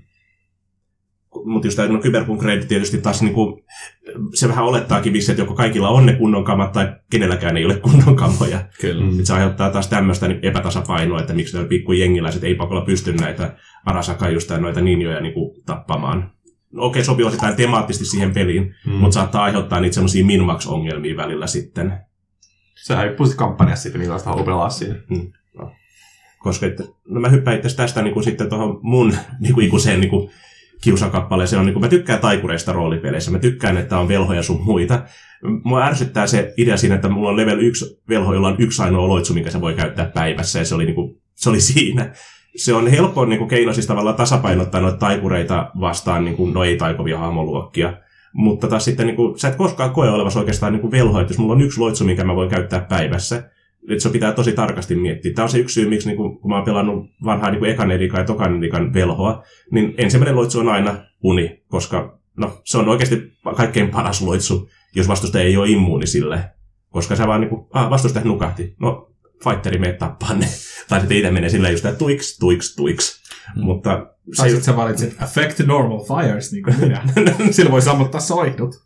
mutta just no, Cyberpunk Red tietysti taas niin kuin, se vähän olettaakin vissi, että joko kaikilla on ne kunnon kamat tai kenelläkään ei ole kunnon kamoja. Kyllä. Mm. Se aiheuttaa taas tämmöistä niin epätasapainoa, että miksi nämä pikkujengiläiset ei pakolla pysty näitä Arasakaa just noita ninjoja niin kuin, tappamaan. No, okei, okay, sopii osittain temaattisesti siihen peliin, mm. mutta saattaa aiheuttaa niitä semmoisia min-max-ongelmia välillä sitten. Se ei puhuta kampanjassa siitä, millaista haluaa pelaa siinä. Hmm. No. Koska että, no mä hyppään itse tästä niin kuin sitten tuohon mun niin kuin ikuiseen niin kuin kiusakappaleeseen. On, niin kuin, mä tykkään taikureista roolipeleissä. Mä tykkään, että on velhoja sun muita. Mua ärsyttää se idea siinä, että mulla on level yksi velho, jolla on yksi ainoa loitsu, minkä se voi käyttää päivässä. Ja se oli, niin kuin, se oli siinä. Se on helppo niin kuin keino siis tavallaan tasapainottaa noita taikureita vastaan, niin kuin, no ei taikovia hahmoluokkia. Mutta taas sitten niin kuin, sä et koskaan koe olevassa oikeastaan niin kuin velho, että jos mulla on yksi loitsu, minkä mä voin käyttää päivässä, että se pitää tosi tarkasti miettiä. Tämä on se yksi syy, miksi niin kun, kun mä oon pelannut vanhaa niin ekan edikan ja tokan edikan velhoa, niin ensimmäinen loitsu on aina uni, koska no, se on oikeasti kaikkein paras loitsu, jos vastustaja ei ole immuuni sille. Koska se vaan niin kuin, ah, vastustaja nukahti. No, fighteri menee tappaa ne. Tai sitten itse menee silleen just, että tuiks, tuiks, tuiks. Hmm. Mutta tai sitten sä valitsit affect normal fires, niin kuin minä. Sillä voi sammuttaa soihdut.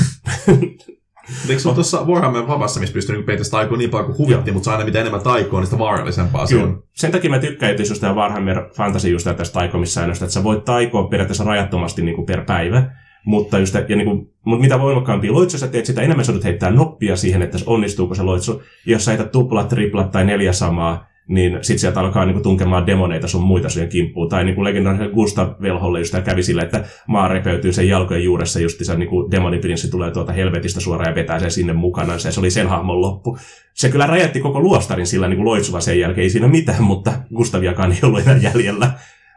Eikö se ole tuossa Warhammer Vavassa, missä pystyy peittämään taikoa niin paljon kuin huvitti, mutta se aina mitä enemmän taikoa, niin sitä vaarallisempaa se on. Sen takia mä tykkään itse just Warhammer Fantasy just tästä taikomissäännöstä, että sä voit taikoa periaatteessa rajattomasti niin kuin per päivä, mutta, just, ja niin kuin, mutta mitä voimakkaampia loitsuja sä teet, sitä enemmän sä joudut heittää noppia siihen, että onnistuuko se loitsu. Ja jos sä heität tuplat, triplat tai neljä samaa, niin sit sieltä alkaa niinku tunkemaan demoneita sun muita siihen kimppuun. Tai niinku legendaarisen Gustav-velholle just kävi sillä, että maa repeytyy sen jalkojen juuressa justiinsa niinku demoniprinssi tulee tuolta helvetistä suoraan ja vetää sen sinne mukana. Se oli sen hahmon loppu. Se kyllä räjätti koko luostarin sillä niinku loitsulla sen jälkeen. Ei siinä mitään, mutta Gustaviakaan ei ollut enää jäljellä.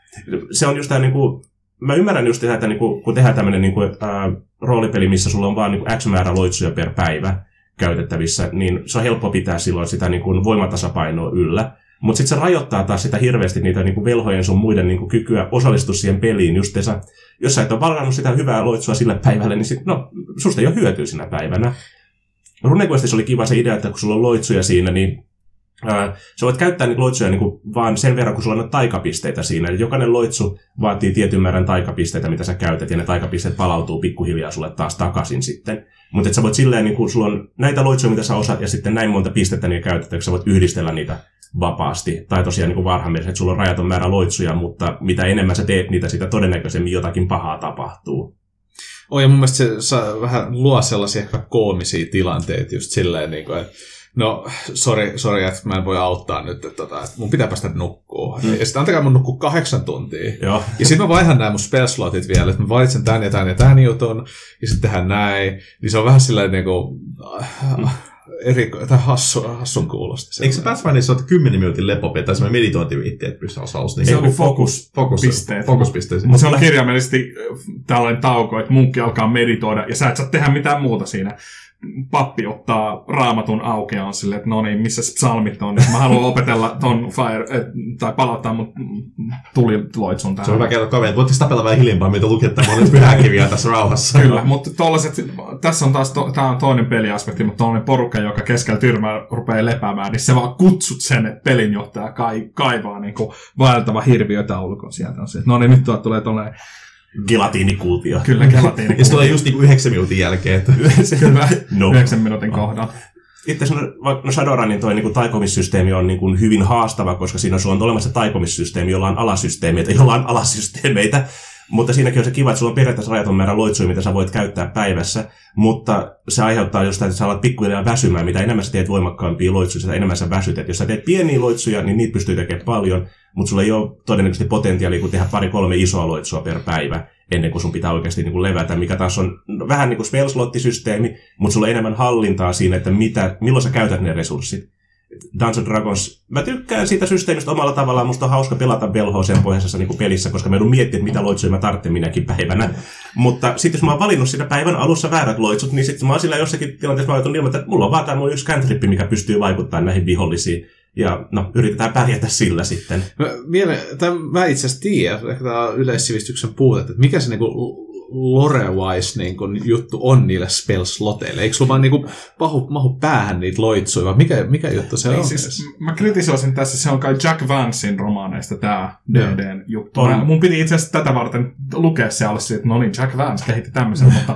Se on just tää niinku... Mä ymmärrän just sitä, että niinku, kun tehdään tämmönen niinku, äh, roolipeli, missä sulla on vaan niinku X määrä loitsuja per päivä käytettävissä, niin se on helppo pitää silloin sitä niin kuin voimatasapainoa yllä. Mutta sitten se rajoittaa taas sitä hirveästi niitä niin kuin velhojen sun muiden niin kuin kykyä osallistua siihen peliin. Justeessa, jos sä et ole varannut sitä hyvää loitsua sille päivälle, niin sit, no, susta ei ole hyötyä sinä päivänä. RuneQuestissa oli kiva se idea, että kun sulla on loitsuja siinä, niin ää, sä voit käyttää niitä loitsuja niin kuin vaan sen verran, kun sulla on taikapisteitä siinä. Eli jokainen loitsu vaatii tietyn määrän taikapisteitä, mitä sä käytät, ja ne taikapisteet palautuu pikkuhiljaa sulle taas takaisin sitten. Mutta että sä voit silleen, niin kun sulla on näitä loitsuja, mitä sä osaat, ja sitten näin monta pistettä niin käytät, että sä voit yhdistellä niitä vapaasti. Tai tosiaan niin kuin Warhammerissa, että sulla on rajaton määrä loitsuja, mutta mitä enemmän sä teet niitä, sitä todennäköisemmin jotakin pahaa tapahtuu. Oh, ja mun mielestä se saa vähän luo sellaisia ehkä koomisia tilanteita just silleen, niin kuin, että no, sori, sori, että mä en voi auttaa nyt, että, että mun pitää päästä nukkuu. Mm. Ja sitten antakaa mun nukkuu kahdeksan tuntia. Joo. Ja sitten mä vaihan nämä mun spellslotit vielä, että mä valitsen tän ja tän ja tän jutun, ja sitten tehdään näin. Niin se on vähän silleen niinku... Mm. Eri, tai hassu, hassun kuulosta. Eikö se Pathfinderissa ole kymmenen minuutin lepopi, tai semmoinen meditointiviitti, että pystyy osallistumaan? Se on fokus, fokuspisteet. Fokuspisteet. Mutta se on kirjaimellisesti tällainen tauko, että munkki alkaa meditoida, ja sä et saa tehdä mitään muuta siinä. Pappi ottaa raamatun auki ja on silleen, että no niin, missä psalmit on. Mä haluan opetella ton fire, et, tai palauttaa mut tuliloitsun tähän. Se on hyvä kertoa kaverit. Voitte tapella vähän hiljempaa, mitä lukette monet pyhäkiviä tässä rauhassa. Kyllä, mutta tollaset, tässä on taas, to, tää on toinen peliaspekti, mutta tollainen porukka, joka keskellä tyrmää rupeaa lepäämään, niin se vaan kutsut sen, että pelinjohtaja kai, kaivaa niin kuin vaeltava hirviötaulukon sieltä. On se, no niin, nyt tuolta tulee tollainen gelatiinikuutio. Kyllä, gelatiinikuutio. Ja se tulee just niinku yhdeksän minuutin jälkeen. Kyllä, no. yhdeksän minuutin kohdalla. Itse asiassa no Shadowrunin toi niinku taikomissysteemi on niinku hyvin haastava, koska siinä on, sulla on olemassa taikomissysteemi, jolla on alasysteemeitä, jolla on alasysteemeitä. Mutta siinäkin on se kiva, että sulla on periaatteessa rajaton määrä loitsuja, mitä sä voit käyttää päivässä, mutta se aiheuttaa just, että sä alat pikkuhiljaa väsymään. Mitä enemmän sä teet voimakkaampia loitsuja, sitä enemmän sä väsytät. Jos sä teet pieniä loitsuja, niin niitä pystyy tekemään paljon, mutta sulla ei ole todennäköisesti potentiaalia, kun tehdä pari-kolme isoa loitsua per päivä, ennen kuin sun pitää oikeasti niin kuin levätä, mikä taas on vähän niin kuin spell-slottisysteemi, mutta sulla on enemmän hallintaa siinä, että mitä, milloin sä käytät ne resurssit. Dungeons Dragons, mä tykkään siitä systeemistä omalla tavallaan, musta on hauska pelata velhoa sen pohjaisessa niin kuin pelissä, koska mä joudun miettimään, mitä loitsuja mä tarvitsen minäkin päivänä. Mutta sitten jos mä oon valinnut siinä päivän alussa väärät loitsut, niin sitten mä oon sillä jossakin tilanteessa mä oon ilman, että mulla on vaan tämä yksi cantrippi, mikä pystyy vaikuttamaan näihin vihollisiin. Ja no, yritetään pärjätä sillä sitten. Mä, miele, tai mä itse asiassa tiedän, ehkä tämä yleissivistyksen puute, että mikä se niinku lore-wise niinku juttu on niille spell-sloteille. Eikö sulla vaan niinku pahu, mahu päähän niitä loitsuja, vai mikä, mikä juttu se on? Siis, mä kritisoisin tässä, se on kai Jack Vancein romaaneista tämä D D:n juttu. Mä, mun piti itse asiassa tätä varten lukea se alas, että no niin, Jack Vance kehitti tämmöisen, mutta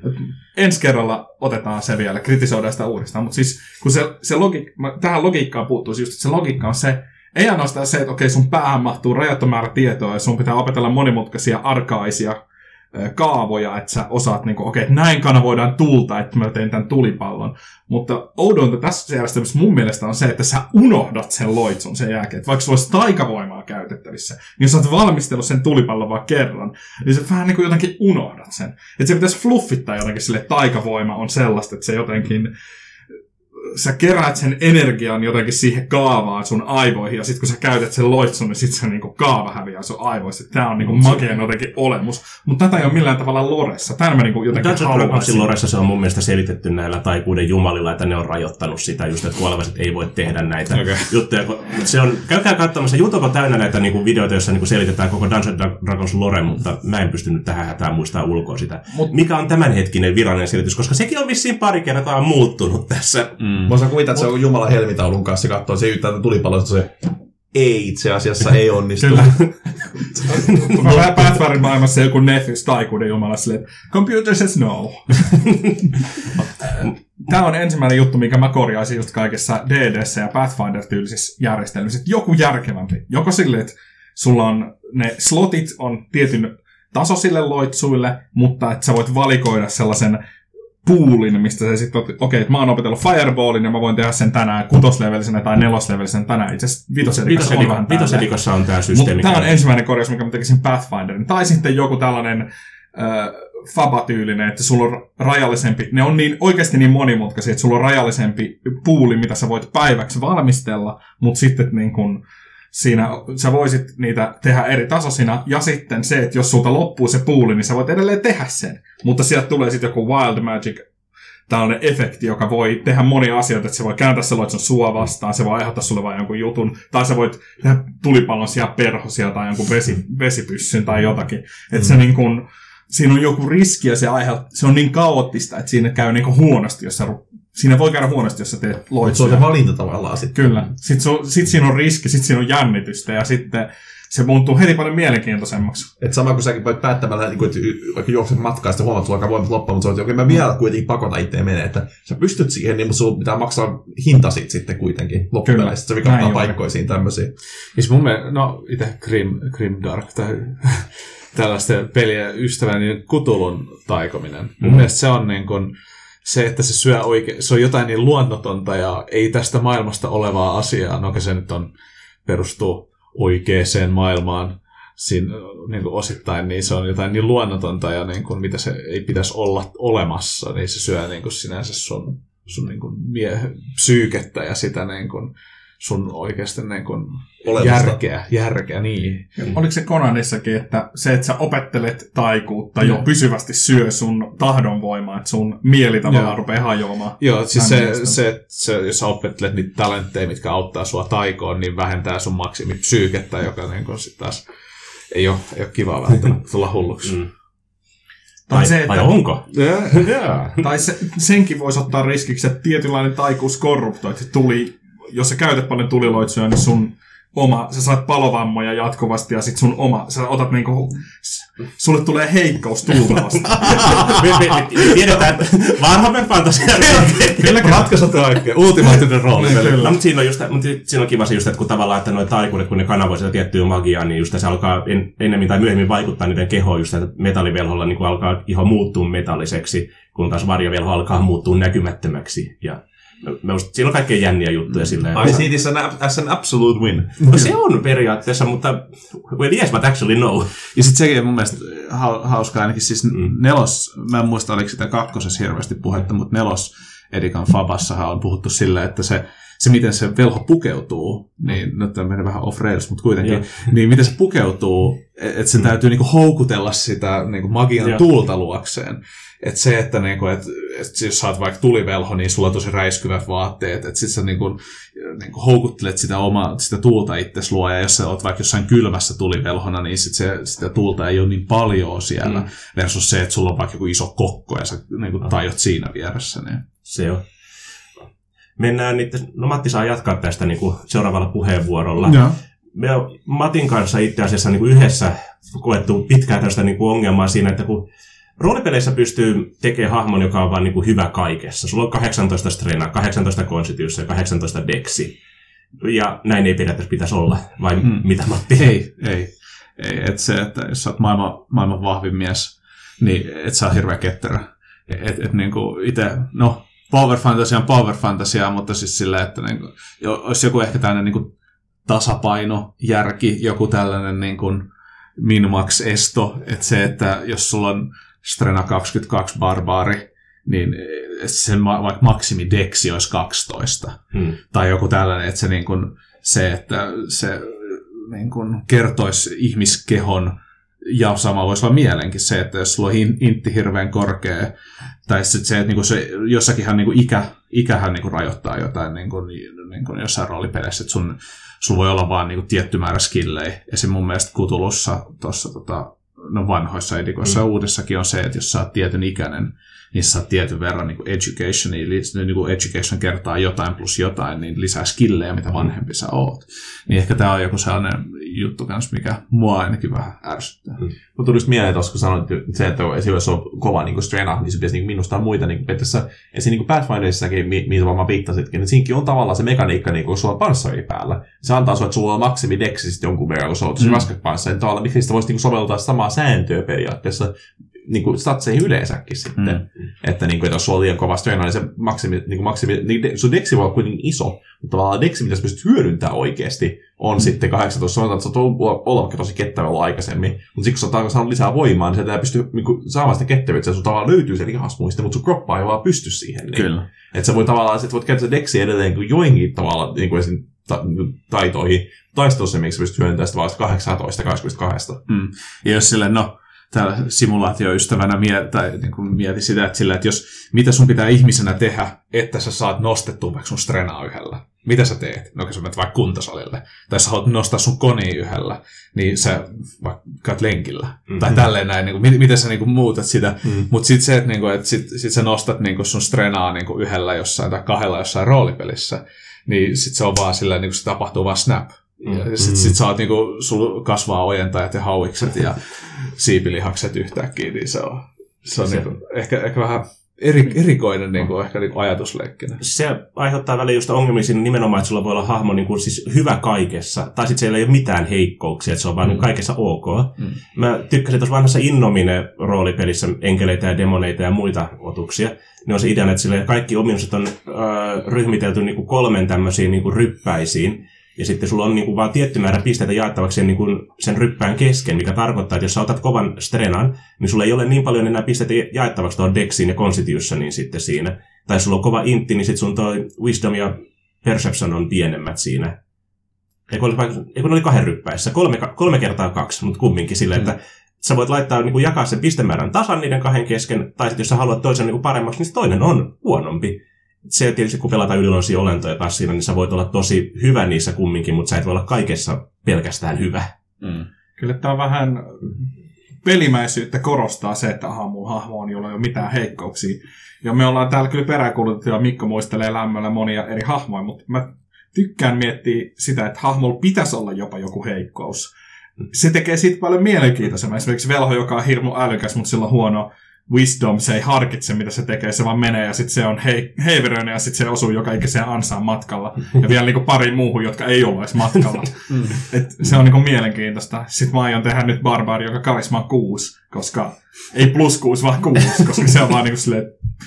ensi kerralla otetaan se vielä, kritisoidaan sitä uudestaan. Mutta siis, kun se, se logi- mä, tähän logiikkaan puuttuisi just, että se logiikka on se, ei ainoastaan se, että okei, sun päähän mahtuu rajatton määrä tietoa ja sun pitää opetella monimutkaisia arkaisia kaavoja, että sä osaat, niin okei, okay, näin kanavoidaan tuulta, että mä teen tämän tulipallon. Mutta oudointa tässä järjestelmässä mun mielestä on se, että sä unohdat sen loitsun sen jälkeen. Että vaikka sulla olisi taikavoimaa käytettävissä, niin jos sä oot valmistellut sen tulipallon vaan kerran, niin sä vähän niin kuin jotenkin unohdat sen. Että se pitäisi fluffittaa jotenkin sille, että taikavoima on sellaista, että se jotenkin sä keräät sen energian jotenkin siihen kaavaan sun aivoihin, ja sit kun sä käytät sen loitsun, niin sit se niinku kaava häviää sun aivoissa. Tää on niinku magian jotenkin olemus. Mutta tätä ei ole millään tavalla loressa. Tää mä niinku jotenkin haluaisin. Loressa se on mun mielestä selitetty näillä taikuuden jumalilla, että ne on rajoittanut sitä just, että kuolevaset ei voi tehdä näitä okay. juttuja. Se on, käykää katsomassa, YouTube on täynnä näitä niinku videoita, joissa niinku selitetään koko Dungeons and Dragons lore, mutta mä en pystynyt tähän hätään muistaa ulkoa sitä. Mut, mikä on tämänhetkinen virallinen selitys, koska sekin on vissiin pari kertaa muuttunut tässä. Mm. Mä osaan kuvitella, että se on Jumalan helmitaulun kanssa katsoo, se yhtään tulipallosta se ei itse asiassa ei onnistu. Kyllä. Vähän Pathfinder maailmassa joku Nephys taikuuden jumala silleen, computer says no. Tämä on ensimmäinen juttu, minkä mä korjaisin just kaikessa D D:ssä ja Pathfinder-tyylisissä järjestelmissä. Joku järkevämpi. Joko silleen, että sulla on ne slotit on tietyn tasoisille loitsuille, mutta että sä voit valikoida sellaisen poolin, mistä se sitten, okei, okay, että mä oon opetellut Fireballin ja mä voin tehdä sen tänään kutoslevelisenä tai neloslevelisenä tänään. Itse asiassa vitosedikossa on vähän täällä. Vitosedikossa on tää systeemi. Mutta tää on ensimmäinen korjaus, mikä mä tekisin Pathfinderin. Tai sitten joku tällainen äh, Faba-tyylinen, että sulla on rajallisempi, ne on niin, oikeasti niin monimutkaisia, että sulla on rajallisempi pooli, mitä sä voit päiväksi valmistella, mutta sitten niin kun siinä sä voisit niitä tehdä eri tasoisina, ja sitten se, että jos sulta loppuu se puuli, niin sä voit edelleen tehdä sen. Mutta sieltä tulee sitten joku Wild Magic, tällainen efekti, joka voi tehdä monia asioita, että se voi kääntää se loitsun sua vastaan, se voi aiheuttaa sulle vain jonkun jutun, tai sä voit tehdä tulipallon siellä perhosia tai jonkun vesi, vesipyssyn tai jotakin. Että mm. se niin kun, siinä on joku riski ja se, aiheut, se on niin kaoottista, että siinä käy niin huonosti, jos sä Siinä voi käydä huonosti, jos sä teet loitsuja. Se on se valinta tavallaan sitten. Kyllä. Sitten su, sit siinä on riski, sitten siinä on jännitystä ja sitten se muuttuu heti paljon mielenkiintoisemmaksi. Et sama kuin säkin voit päättämällä, että vaikka juokset matkaa, sitten huomaat, että sulla alkaa voimat loppua, mutta sä voit, okei, mä vielä kuitenkin pakota itteen menee, että sä pystyt siihen, niin sulla pitää maksaa hinta sit sitten kuitenkin loppupeleissä. Se vikattaa paikkoja siinä tämmöisiä. Siis mun mielestä, no itse Grim, Grim Dark tai tällaisten pelien ystävä, niin Cthulhun taikominen. Mm. Mun mielestä se on niin kuin se, että se syö oikein, se on jotain niin luonnotonta ja ei tästä maailmasta olevaa asiaa, no se nyt on, perustuu oikeaan maailmaan siinä, niin kuin osittain, niin se on jotain niin luonnotonta ja niin kuin, mitä se ei pitäisi olla olemassa, niin se syö niin kuin sinänsä sun, sun niin kuin mie- psyykettä ja sitä niin kuin sun oikeasti niin kuin järkeä, järkeä, niin. Oliko se Conanissakin, että se, että sä opettelet taikuutta jo pysyvästi syö sun tahdonvoimaa, että sun mieli tavallaan rupeaa hajoamaan? Joo, siis se, se, se, jos sä opettelet niitä talentteja, mitkä auttaa sua taikoon, niin vähentää sun maksimipsyykettä, joka niin kun sit taas ei ole, ei ole kivaa välttämättä tulla hulluksi. Mm. Tai, se, että, vai onko? Yeah. Yeah. Tai se, senkin voisi ottaa riskiksi, että tietynlainen taikuus korruptoi, että tuli, jos sä käytät paljon tuliloitsuja, niin sun oma, sä saat palovammoja jatkuvasti ja sit sun oma, sä otat niinku, sulle tulee heikkous tulta vastaan. me, me, me tiedetään, että vanhamme fantasia. Kyllä ratkaisut on oikein, ultimaattinen rooli. No, mutta siinä on, just, mutta siinä on kiva se just, että kun tavallaan, että noi taikuudet, kun ne kanavoi sitä tiettyä magiaa, niin just se alkaa en, ennemmin tai myöhemmin vaikuttaa niiden kehoon, just että metallivelholla niin alkaa iho muuttua metalliseksi, kun taas varjovelho alkaa muuttua näkymättömäksi. Ja Mä just, siinä on kaikkein jänniä juttuja silleen. I see this as an absolute win. No se on periaatteessa, mutta well yes, but actually no. Ja sit sekin on mun mielestä hauskaa ainakin siis mm. nelos, mä en muista oliko sitä kakkosessa hirveästi puhetta, mutta nelos Edikan Fabassahan on puhuttu silleen, että se, se miten se velho pukeutuu, niin nyt tämä menee vähän off rails, mutta kuitenkin, yeah. niin miten se pukeutuu, että sen täytyy niinku houkutella sitä niinku magian yeah. tuulta luokseen. Että se, että niinku, et, et jos sä oot vaikka tulivelho, niin sulla on tosi räiskyvät vaatteet, että sit sä niinku, niinku houkuttelet sitä, omaa, sitä tuulta itses luo, ja jos sä oot vaikka jossain kylmässä tulivelhona, niin sit se, sitä tuulta ei ole niin paljon siellä, mm. versus se, että sulla on vaikka joku iso kokko, ja sä niinku, tajot siinä vieressä. Niin. Se on. Mennään niitä, no Matti saa jatkaa tästä niinku seuraavalla puheenvuorolla. Ja. Me on Matin kanssa itse asiassa niinku yhdessä koettu pitkään tästä niinku ongelmaa siinä, että kun roolipeleissä pystyy tekemään hahmon, joka on vaan niinku hyvä kaikessa. Sulla on kahdeksantoista strena, kahdeksantoista constitution ja kahdeksantoista dexi. Ja näin ei periaatteessa pitäisi olla. Vai mm. mitä, Matti? Ei, ei. ei. Että se, että jos sä oot maailman, maailman vahvin mies niin et sä on hirveän ketterä. Et, et niinku ite, no, power fantasy on power fantasy, mutta siis silleen, että niinku, olisi joku ehkä tällainen niinku tasapaino, järki, joku tällainen niinku min-max-esto, että se, että jos sulla on Strena kaksikymmentäkaksi barbaari, niin sen vaikka maksimideksi olisi kaksitoista. Hmm. Tai joku tällainen, että se, niin kuin, se että se niin kuin kertoisi ihmiskehon, ja sama voisi olla mielenkin se, että jos sulla on intti hirveän korkea, tai sitten se, että niin kuin se, jossakinhan niin kuin ikä, ikähän niin kuin rajoittaa jotain niin kuin, niin kuin jossain roolipeleissä, että sun, sun voi olla vaan niin kuin tietty määrä skillejä. Ja se mun mielestä Cthulhussa tuossa tota, no vanhoissa edikoissa mm. ja uudessakin on se, että jos sä oot tietyn ikäinen, niin sä saat tietyn verran niin kuin education, eli niin kuin education kertaa jotain plus jotain, niin lisää skillejä, mitä vanhempi sä oot. Niin ehkä tää on joku sellainen juttu kans, mikä mua ainakin vähän ärsyttää. Mm. Mutta tuli just mieleen, että kun sanoit se, että esimerkiksi on kova niin strena, niin se pitäisi niin minusta muita. Niin periaatteessa, esim. Niin Pathfinderissakin, mihin varmaan viittasitkin, niin siinäkin on tavallaan se mekaniikka, niin kun sulla on panssari päällä. Se antaa sulle, että sulla on maksimideksi sitten jonkun verran, kun sä oot tosi mm. raskas panssari. Niin tavallaan, miksi sitä voisi niin soveltaa samaa sääntöä periaatteessa niin kuin statseihin yleensäkin sitten. Mm. Että, niin kuin, että jos sulla on liian kova strena, niin se maksimi, niin kuin maksimi, niin sun deksi voi olla kuitenkin iso, mutta tavallaan deksi, mitä sä pystyt hyödyntämään oikeasti, on mm. sitten kahdeksantoista. Sanotaan, että sä oot olla tosi ketterä ollut aikaisemmin, mutta siksi kun sä oot saanut lisää voimaa, niin sä ei pysty niin kuin, saamaan sitä ketteryyttä, sun tavallaan löytyy se lihasmuiste, mutta sun kroppa ei vaan pysty siihen. Niin. Kyllä. Että sä voi tavallaan, sit voit käyttää deksiä edelleen kuin joinkin tavalla niin kuin esim. Ta- taitoihin, taistelussa, miksi sä pystyt hyödyntämään sitä vaan kahdeksantoista kaksikymmentäkaksi. Mm. Ja jos silleen, no, täällä simulaatioystävänä miet, tai niin kuin mieti sitä, että, sillä, että jos, mitä sun pitää ihmisenä tehdä, että sä saat nostettua vaikka sun strenaa yhdellä. Mitä sä teet? No, kun sä menet vaikka kuntosalille. Tai sä haluat nostaa sun koneen yhdellä, niin sä vaikka käyt lenkillä. Mm-hmm. Tai tälleen näin, niin kuin, miten sä niin kuin, muutat sitä. Mm-hmm. Mutta sitten se, että, niin kuin, että sit, sit sä nostat niin kuin sun strenaa niin kuin yhdellä jossain tai kahdella jossain roolipelissä, niin sit se on vaan sillä, niin kuin se tapahtuu vaan snap. Ja mm-hmm. sit, sit sä oot niinku, sul kasvaa ojentajat ja hauikset ja siipilihakset yhtäkkiä, niin se on, se on se, niinku, ehkä, ehkä vähän eri, erikoinen niinku, ehkä niinku ajatusleikkinä. Se aiheuttaa välillä just ongelmia siinä nimenomaan, että sulla voi olla hahmo niinku, siis hyvä kaikessa, tai sitten siellä ei ole mitään heikkouksia, että se on vaan mm. kaikessa ok. Mm. Mä tykkäsin tuossa vanhassa Innomine-roolipelissä enkeleitä ja demoneita ja muita otuksia. Ne on se idea, että kaikki ominaisuudet on äh, ryhmitelty niinku kolmen tämmöisiin niinku ryppäisiin. Ja sitten sulla on niinku vaan tietty määrä pisteitä jaettavaksi sen, niinku sen ryppään kesken, mikä tarkoittaa, että jos sä otat kovan strenan, niin sulla ei ole niin paljon enää pisteitä jaettavaksi tuohon Dexiin ja Constitutioniin sitten siinä. Tai sulla on kova intti, niin sitten sun toi Wisdom ja Perception on pienemmät siinä. Eikö ne oli kahden ryppäissä? Kolme, kolme kertaa kaksi, mutta kumminkin silleen, että sä voit laittaa, niinku, jakaa sen pistemäärän tasan niiden kahden kesken, tai sitten jos sä haluat toisen niinku paremmaksi, niin toinen on huonompi. Se tietysti, kun pelataan yliluonnollisia olentoja taas siinä, niin sä voit olla tosi hyvä niissä kumminkin, mutta sä et voi olla kaikessa pelkästään hyvä. Mm. Kyllä tämä on vähän pelimäisyyttä korostaa se, että aha, mun hahmo on, jolla ei ole mitään heikkouksia. Ja me ollaan täällä kyllä peräänkuulutettu, ja Mikko muistelee lämmöllä monia eri hahmoja, mutta mä tykkään miettiä sitä, että hahmolla pitäisi olla jopa joku heikkous. Se tekee siitä paljon mielenkiintoisemmin. Esimerkiksi velho, joka on hirmu älykäs, mutta sillä on huono wisdom, se ei harkitse, mitä se tekee, se vaan menee ja sitten se on hei, heiveröinen ja sitten se osuu joka ikiseen ansaan matkalla. Ja vielä niinku pari muuhun, jotka ei ole edes matkalla. Et se on niinku mielenkiintoista. Sitten mä aion tehdä nyt barbaari, joka karisma on kuusi, koska ei plus kuusi, vaan kuusi, koska se on vaan niinku silleen,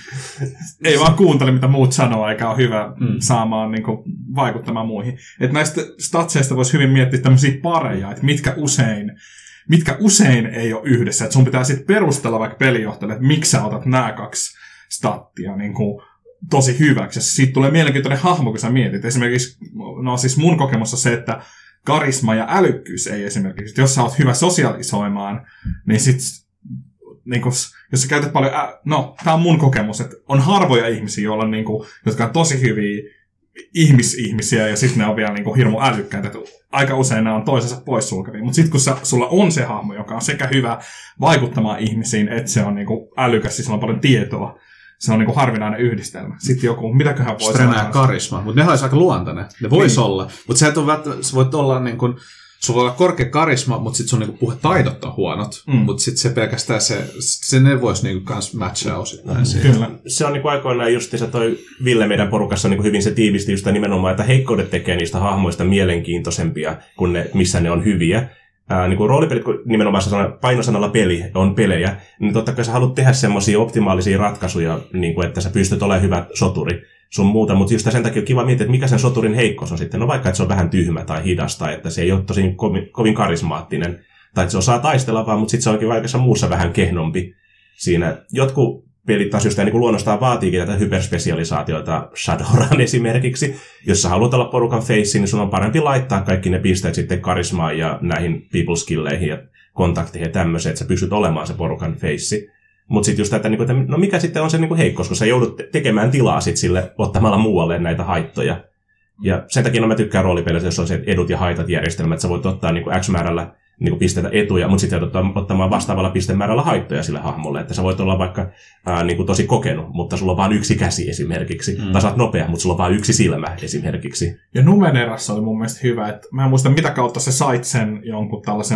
ei vaan kuuntele, mitä muut sanoo, eikä ole hyvä mm. saamaan niinku vaikuttamaan muihin. Et näistä statseista voisi hyvin miettiä tämmöisiä pareja, että mitkä usein mitkä usein ei ole yhdessä. Että sun pitää sitten perustella vaikka pelijohtajalle, että miksi sä otat nämä kaksi stattia niin kuin tosi hyväksi. Ja siitä tulee mielenkiintoinen hahmo, kun sä mietit. Esimerkiksi, no siis mun kokemus on se, että karisma ja älykkyys ei esimerkiksi. Jos sä oot hyvä sosialisoimaan, niin sit, niin kun, jos sä käytät paljon, ä, no tää on mun kokemus, että on harvoja ihmisiä, joilla on, niin kuin, jotka on tosi hyviä ihmisihmisiä ja sitten ne on vielä niinku hirmu älykkäitä. Aika usein ne on toisensa poissulkevia. Mutta sitten kun sä, sulla on se hahmo, joka on sekä hyvä vaikuttamaan ihmisiin, että se on niinku älykäs, siis sillä on paljon tietoa. Se on niinku harvinainen yhdistelmä. Sitten joku, mitäköhän voisi olla? Strena ja karisma, mutta ne olisi aika luontainen. Ne voisi niin olla. Mutta sä et ole välttämättä, sä voit olla niin kuin, sulla voi olla korkea karisma, mutta sitten sun niinku puhetaidot on huonot. Mm. Mutta sitten se pelkästään se, se ne voisi niinku kans matchaa osittain mm. siihen. Kyllä. Se on niinku aikoinaan just se toi Ville meidän porukassa niinku hyvin se tiivisti just nimenomaan, että heikkoudet tekee niistä hahmoista mielenkiintoisempia kuin ne, missä ne on hyviä. ää, niin kuin roolipelit, kun nimenomaan sana, painosanalla peli on pelejä, niin totta kai sä haluat tehdä semmoisia optimaalisia ratkaisuja, niin kuin, että sä pystyt olemaan hyvä soturi sun muuta, mutta just sen takia on kiva miettiä, että mikä sen soturin heikkous on sitten. No vaikka, että se on vähän tyhmä tai hidas, tai että se ei ole tosi kovin, kovin karismaattinen, tai että se osaa taistella vaan, mutta sitten se onkin vaikassa muussa vähän kehnompi siinä. Jotkut pelit taas just niin kuin luonnostaan vaatiikin tätä hyperspesialisaatioita, Shadowrun esimerkiksi. Jos sä haluat olla porukan face, niin sun on parempi laittaa kaikki ne pisteet sitten karismaan ja näihin people skilleihin ja kontakteihin ja tämmöiseen, että sä pystyt olemaan se porukan face. Mutta sitten just, että, että no mikä sitten on se niin heikkous, kun sä joudut tekemään tilaa sit sille ottamalla muualle näitä haittoja. Ja sen takia no mä tykkään roolipelissä, jos on se edut ja haitat järjestelmä, että sä voit ottaa niin X määrällä niin pisteitä etuja, mutta sitten joudut ottamaan vastaavalla pistemäärällä haittoja sille hahmolle. Että sä voit olla vaikka ää, niin tosi kokenut, mutta sulla on vain yksi käsi esimerkiksi. Mm. Tai sä oot nopea, mutta sulla on vain yksi silmä esimerkiksi. Ja Numenerassa oli mun mielestä hyvä, että mä en muista mitä kautta sä sait sen jonkun tällaisen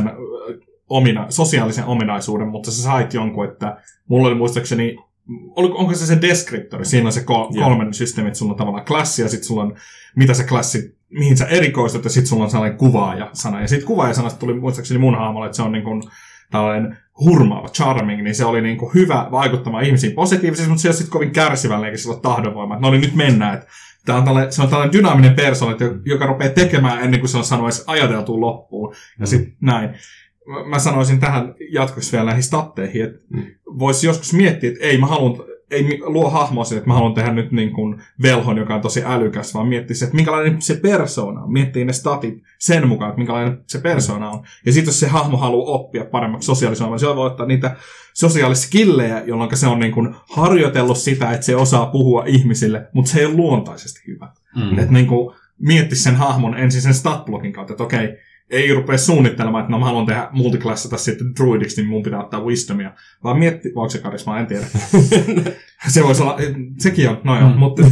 omina- sosiaalisen ominaisuuden, mutta sä sait jonkun, että mulla oli muistaakseni, onko se se descriptori, siinä on se kol- kolmen systeemi, että sulla on tavallaan klassi ja sitten sulla on mitä se klassi, mihin sä erikoistut ja sitten sulla on sellainen kuvaaja-sana. Ja sitten kuvaaja-sanasta tuli muistaakseni mun hahmolle, että se on niin kuin tällainen hurmaava, charming, niin se oli niin kuin hyvä vaikuttamaan ihmisiin positiivisesti, mutta se on sitten kovin kärsivällinen, eikä sillä ole tahdonvoimaa. No niin, nyt mennään. Että tämä on tällainen, se on tällainen dynaaminen persoona, joka rupeaa tekemään ennen kuin se on sanonut edes ajateltua loppuun. Ja mm. sitten näin. Mä sanoisin tähän jatkossa vielä näihin statteihin, että mm. voisi joskus miettiä, että ei mä haluan, ei luo hahmoa sille, että mä haluan tehdä nyt niin kuin velhon, joka on tosi älykäs, vaan miettiä se, että minkälainen se persona on. Miettii ne statit sen mukaan, että minkälainen se persona on. Ja sitten jos se hahmo haluaa oppia paremmaksi sosiaalisoimaan, se voi ottaa niitä sosiaaliskillejä, jolloin se on niin kuin harjoitellut sitä, että se osaa puhua ihmisille, mutta se ei ole luontaisesti hyvä. Mm. Että niin kuin miettii sen hahmon ensin sen statblogin kautta, että okei, ei rupea suunnittelemaan, että no mä haluan tehdä multiklassata sitten druidiksi, niin mun pitää ottaa wisdomia. Vaan mietti, onko se karismaa, en tiedä. Se voisi olla, sekin on, no joo, mm. mutta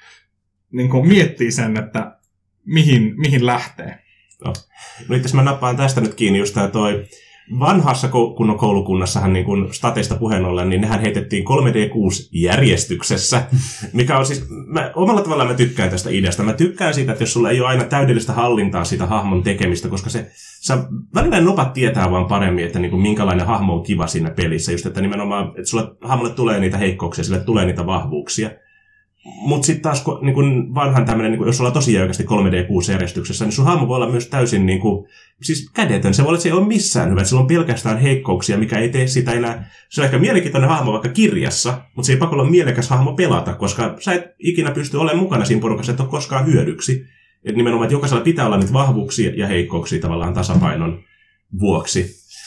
niin kuin miettii sen, että mihin, mihin lähtee. No, no itse mä nappaan tästä nyt kiinni just tää toi vanhassa kunnon koulukunnassahan niin kun stateista puheen ollen, niin nehän heitettiin kolme D kuusi järjestyksessä, mikä on siis, mä, omalla tavallaan mä tykkään tästä ideasta. Mä tykkään siitä, että jos sulla ei ole aina täydellistä hallintaa siitä hahmon tekemistä, koska se, sä välillä nopat tietää vaan paremmin, että niin kuin minkälainen hahmo on kiva siinä pelissä, just että nimenomaan, että sulla hahmolle tulee niitä heikkouksia, sille tulee niitä vahvuuksia. Mutta sitten taas niin kun vanhan tämmöinen, niin jos ollaan tosi jäykästi kolme D kuusi-järjestyksessä, niin sun hahmo voi olla myös täysin niin kun, siis kädetön. Se voi olla, että se ei ole missään hyvä. Sillä on pelkästään heikkouksia, mikä ei tee sitä enää. Se on ehkä mielenkiintoinen hahmo vaikka kirjassa, mutta se ei pakko olla mielekäs hahmo pelata, koska sä et ikinä pysty olemaan mukana siinä porukassa, et ole koskaan hyödyksi. Et nimenomaan, että jokaisella pitää olla niitä vahvuuksia ja heikkouksia tavallaan tasapainon vuoksi.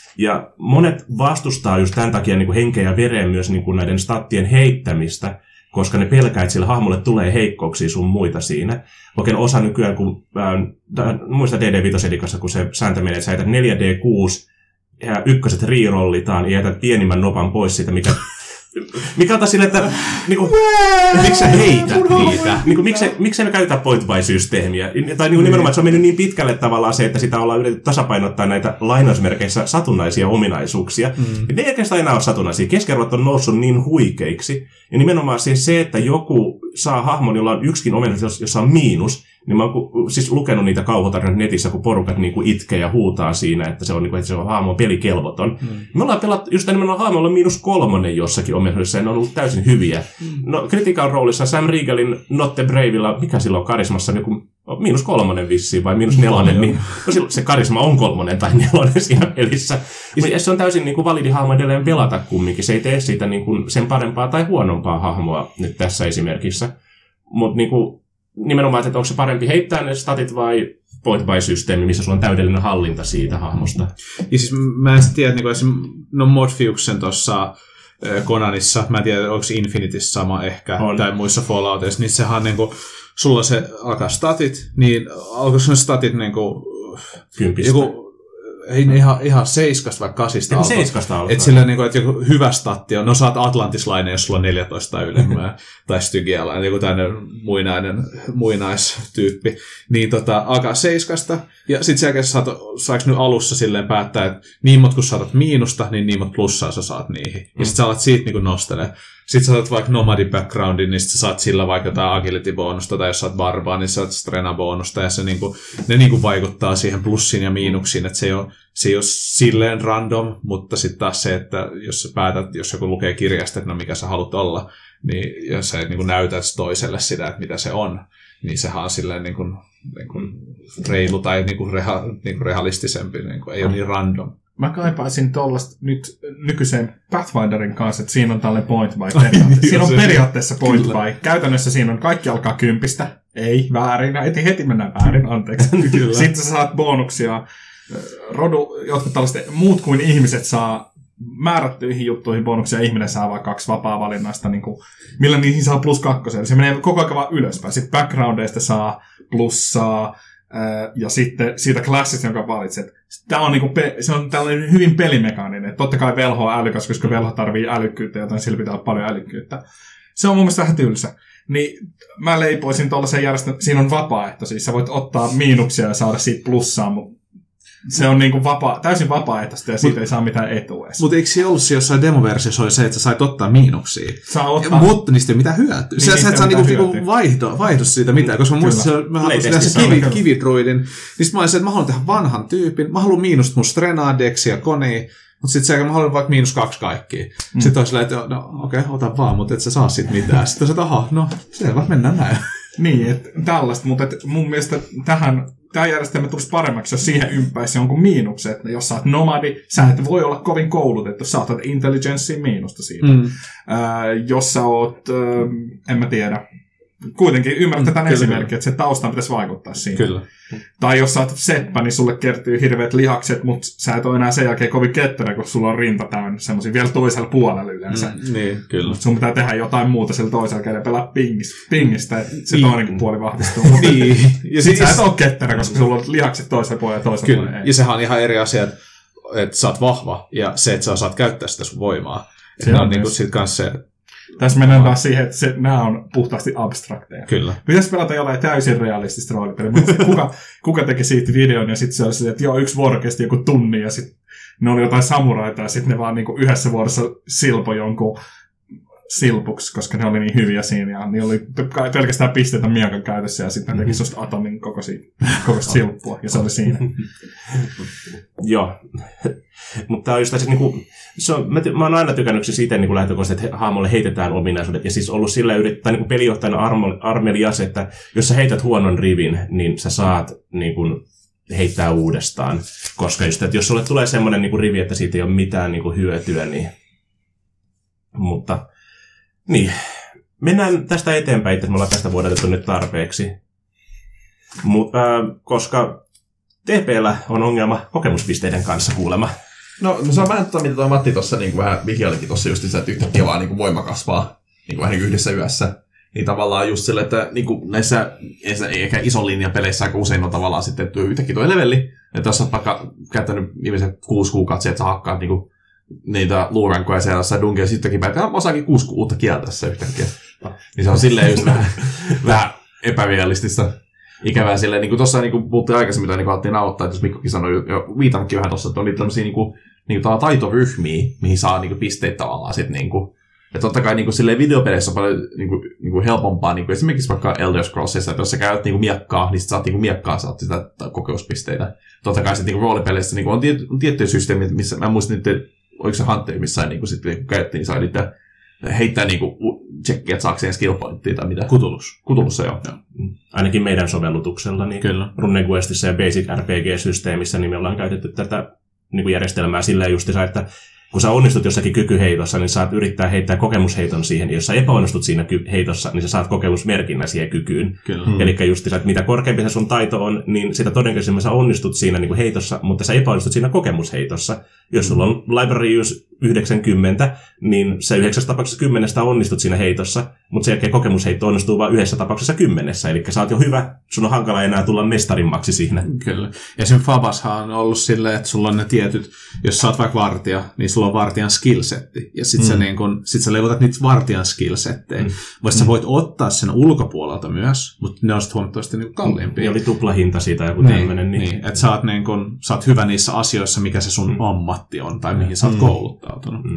Ja monet vastustaa just tämän takia niin kuin henkeä ja vereen myös niin kuin näiden stattien heittämistä, koska ne pelkää, että sillä hahmolle tulee heikkouksia sun muita siinä. Oikein osa nykyään, kun äh, muista D D viisi edikassa, kun se sääntö menee, että sä jätät neljä D kuusi ja ykköset rerollitaan ja jätät pienimmän nopan pois siitä, mikä, mikä on taas sille, että niinku, miksi sä heität niitä? Niinku, miksi, miksi me käytetään point by systeemiä? Tai niinku, nimenomaan, että se on mennyt niin pitkälle tavallaan se, että sitä ollaan yritetty tasapainottaa näitä lainausmerkeissä satunnaisia ominaisuuksia. Mm. Ne ei oikeastaan enää ole satunnaisia. Keskiarvot on noussut niin huikeiksi. Ja nimenomaan siis se, että joku saa hahmon, jolla on yksikin ominaisuus, jossa on miinus, niin mä oon siis lukenut niitä kauhutarinoita netissä, kun porukat niinku itkee ja huutaa siinä, että se on, niinku, että se on hahmo pelikelvoton. Mm. Me ollaan pelattu, just nimenomaan hahmolla on miinus kolmonen jossakin ominaisuudessa, ja ne on ollut täysin hyviä. Mm. No, Critical Roleissa Sam Riegelin Not the Bravella, mikä sillä on karismassa, niin kuin miinus kolmonen vissiin vai miinus nelonen, niin no, se karisma on kolmonen tai nelonen siinä pelissä. Ja se on täysin niin kuin validi hahmo edelleen pelata kumminkin. Se ei tee siitä niin kuin sen parempaa tai huonompaa hahmoa nyt tässä esimerkissä. Mutta niin kuin nimenomaan, että onko se parempi heittää ne statit vai point by systeemi, missä sulla on täydellinen hallinta siitä hahmosta. Ja siis mä en tiedä, niin kuin no Modfiuxen tuossa Conanissa, mä en tiedä, onko Infinityssä sama ehkä, on. Tai muissa Fallouteissa, niin sehän on niin kuin, sulla se alkaa statit, niin alkoiko ne statit niin kuin, Kympistä. Joku, ei ihan, ihan seiskasta vai kasista alkaa. Seiskasta alkaa. Että sillä niin kuin, että joku hyvä statti on, no sä oot atlantislainen, jos sulla on neljätoista tai ylemmää, tai stygialainen, joku tämmöinen muinainen, muinaistyyppi, niin tota, alkaa seiskasta, ja sit sen jälkeen saat, saaks nyt alussa silleen päättää, että niin monta kun saatat miinusta, niin niin monta plussaa sä saat niihin. Ja sit sä alat siitä niin kuin nostelemaan. sit sä saat vaikka nomadi backgroundin, niin sit sä saat sillä vaikka jotain agility-bonusta, tai jos sä oot barbaa, niin sä saat strena-bonusta, ja se niinku, ne niinku vaikuttaa siihen plussiin ja miinuksiin, että se ei ole, se ei ole silleen random, mutta sitten taas se, että jos sä päätät, jos joku lukee kirjasta, että no mikä sä haluat olla, niin jos sä et niinku näytät toiselle sitä, että mitä se on, niin sehän on silleen niinku, niinku reilu tai niinku reha, niinku realistisempi, niinku, ei ole niin random. Mä kaipaisin tuollaista nyt nykyiseen Pathfinderin kanssa, että siinä on tällainen point by periaatteessa. Siinä on periaatteessa point Kyllä. by. Käytännössä siinä on kaikki alkaa kympistä. Ei, väärin. Heti, heti mennään väärin, anteeksi. Sitten sä saat bonuksia. Rodu, jotkut tällaiset muut kuin ihmiset saa määrättyihin juttuihin bonuksia. Ihminen saa vain kaksi vapaa-valinnaista, niin kuin, millä niihin saa plus kakkosen. Se menee koko ajan vaan ylöspäin. Sitten backgroundeista saa plussaa. Ja sitten siitä klassista, jonka valitset. Tämä on, niinku pe- se on tällainen hyvin pelimekaaninen. Totta kai velho on älykäs, koska velho tarvii älykkyyttä, joten sillä pitää olla paljon älykkyyttä. Se on mun mielestä vähän tylsä. Niin mä leipoisin tuollaisen järjestelmän, siinä on vapaaehtoisia. Sä voit ottaa miinuksia ja saada siitä plussaa, mutta se on niinku vapaa, täysin vapaaehtoista ja siitä mut, ei saa mitään etua edes. Mutta eikö se ollut se jossain demoversiossa oli se, että sä sait ottaa miinuksia? Saa ottaa. Mutta niistä ei ole mitään hyötyä. Niin, sä et saa niinku, niinku vaihdo, vaihdo siitä mitään, koska mä muistin, että mä haluaisin tehdä se kivi, kividruidin. Niin sit mä olisin, että mä haluan tehdä vanhan tyypin. Mä haluan miinusta mun Strenaa, Dexia, Konia. Mutta sitten se, mä haluan vaikka miinus kaksi kaikkia. Mm. Sitten olisi silleen, että no okei, okay, ota vaan, mutta et sä saa sit mitään. Sitten sä, että aha, no selvä, mennään näin. Niin, että tällaista, mutta et mun mielestä tähän tämä järjestelmä tulisi paremmaksi, jos siihen ympäisi jonkun miinuksen, että jos sä oot nomadi, sä et voi olla kovin koulutettu, sä otat intelligenssiin miinusta siitä. Mm. Ää, jos sä oot, ää, en mä tiedä, kuitenkin ymmärrät tämän mm, esimerkkiä, että se taustaan pitäisi vaikuttaa siihen. Kyllä. Tai jos sä oot seppä, niin sulle kertyy hirveät lihakset, mutta sä et ole enää sen jälkeen kovin ketterä, kun sulla on rinta täynnä semmoisia vielä toisella puolella yleensä. Mm, niin, kyllä. Sun pitää tehdä jotain muuta sillä toisella kädellä, pelaa pingistä, pingistä että se niin. Toinenkin puoli vahvistuu. Niin. Ja sit sä et ole ketterä, koska sulla on lihakset toisella puolella ja toisella puolella. Kyllä, ja sehän on ihan eri asia, että, että sä oot vahva ja se, että sä osaat käyttää sitä sun voimaa. Se on, on niinku sit kans se... Tässä mennään taas siihen, että se, nämä on puhtaasti abstrakteja. Kyllä. Pitäisi pelata jollain täysin realistista roolipeliä. Kuka, kuka teki siitä videon ja sitten se oli silleen, että joo, yksi vuoro kesti joku tunni ja sitten ne oli jotain samuraita ja sitten ne vaan niinku yhdessä vuorossa silpoi jonkun silpuksi, koska ne oli niin hyviä siinä ja ne oli pelkästään pisteitä miekan käytössä ja sitten ne teki susta atomin kokoista silppua ja se oli siinä. Joo. Mutta tämä on just tässä, niinku, se on, mä, ty- mä oon aina tykännyt siis itse niin lähtökohtaisesti, että hahmolle heitetään ominaisuudet. Ja siis ollut sillä yrittää niin pelijohtajana armo, armelias, että jos sä heität huonon rivin, niin sä saat niin kuin, heittää uudestaan. Koska just, että jos sulle tulee semmoinen niin rivi, että siitä ei ole mitään niin kuin, hyötyä, niin... Mutta, niin. Mennään tästä eteenpäin, että me ollaan tästä vuodelta nyt tarpeeksi. Mut, äh, koska T P:llä on ongelma kokemuspisteiden kanssa kuulemma. No, no se on vähän mitä tuo Matti tuossa niin vähän vihjailikin tuossa just, että yhtäkkiä vaan niin voima kasvaa niin vähän niin yhdessä yössä. Niin tavallaan just sille, että niin näissä ehkä ison linjan peleissä aika usein on tavallaan sitten yhtäkkiä tuo leveli. Että jos olet vaikka käyttänyt viimeiset kuusi kuukautta, että sä hakkaat niin kuin, niitä luurankoja siellä jossain dunkia sittenkin päin, että osaakin kuusi uutta kieltä tässä yhtäkkiä. Niin se on silleen just vähän, vähän epärealistista. Ikävää silleen, niin kuin tuossa niin kuin puhuttiin aikaisemmin, mitä niin alettiin nauhoittaa, että jos Mikkokin sanoi, jo viitannutkin vähän tuossa, että on niitä tämmöisiä niin kuin, niin kuin taitoryhmiä, mihin saa niin kuin pisteitä tavallaan sitten niin kuin. Ja totta kai niin kuin silleen videopeleissä on paljon niin kuin, niin kuin helpompaa, niin kuin esimerkiksi vaikka Elder Scrollsissa, että jos sä käyt niin kuin miekkaa, niin sit saat niin kuin miekkaa, saat sitä kokeuspisteitä. Totta kai sitten niin roolipeleissä niin on, tiet, on tiettyjä systeemejä, missä mä muistin, että oliko se Hunter, missä niin kuin sitten niin käytettiin, niin sai niitä heittää niinku tsekkiä, että saakseen skill pointtia tai mitä. Kutulus. Kutulussa, joo. joo. Ainakin meidän sovellutuksella, niin RuneQuestissa ja Basic R P G-systeemissä niin me ollaan käytetty tätä niin kuin järjestelmää silleen justiinsa, että kun sä onnistut jossakin kykyheitossa, niin saat yrittää heittää kokemusheiton siihen. Ja jos sä epäonnistut siinä ky- heitossa, niin sä saat kokemusmerkinnän siihen kykyyn. Hmm. Eli justiinsa, että mitä korkeampi se sun taito on, niin sitä todennäköisemmin sä onnistut siinä niin kuin heitossa, mutta sä epäonnistut siinä kokemusheitossa. Jos sulla on library use yhdeksänkymmentä, niin sä yhdeksässä tapauksessa kymmenestä onnistut siinä heitossa, mutta sen jälkeen kokemusheitto onnistuu vain yhdessä tapauksessa kymmenessä. Eli sä oot jo hyvä, sun on hankala enää tulla mestarimmaksi siinä. Kyllä. Ja sen Fabashan on ollut silleen, että sulla on ne tietyt, jos sä oot vaikka vartija, niin sulla on vartijan skillsetti. Ja sit, mm. sä, niin kun, sit sä levotat niitä vartijan skillsettejä. Mm. Vaikka mm. sä voit ottaa sen ulkopuolelta myös, mutta ne on sitten huomattavasti niin kalliimpia. Ja oli tuplahinta siitä joku niin, tämmöinen. Niin. niin. Että sä oot, niin kun, sä oot hyvä niissä asioissa, mikä se sun mm. ammatti on, tai mihin sä oot mm. kouluttautunut. Mm.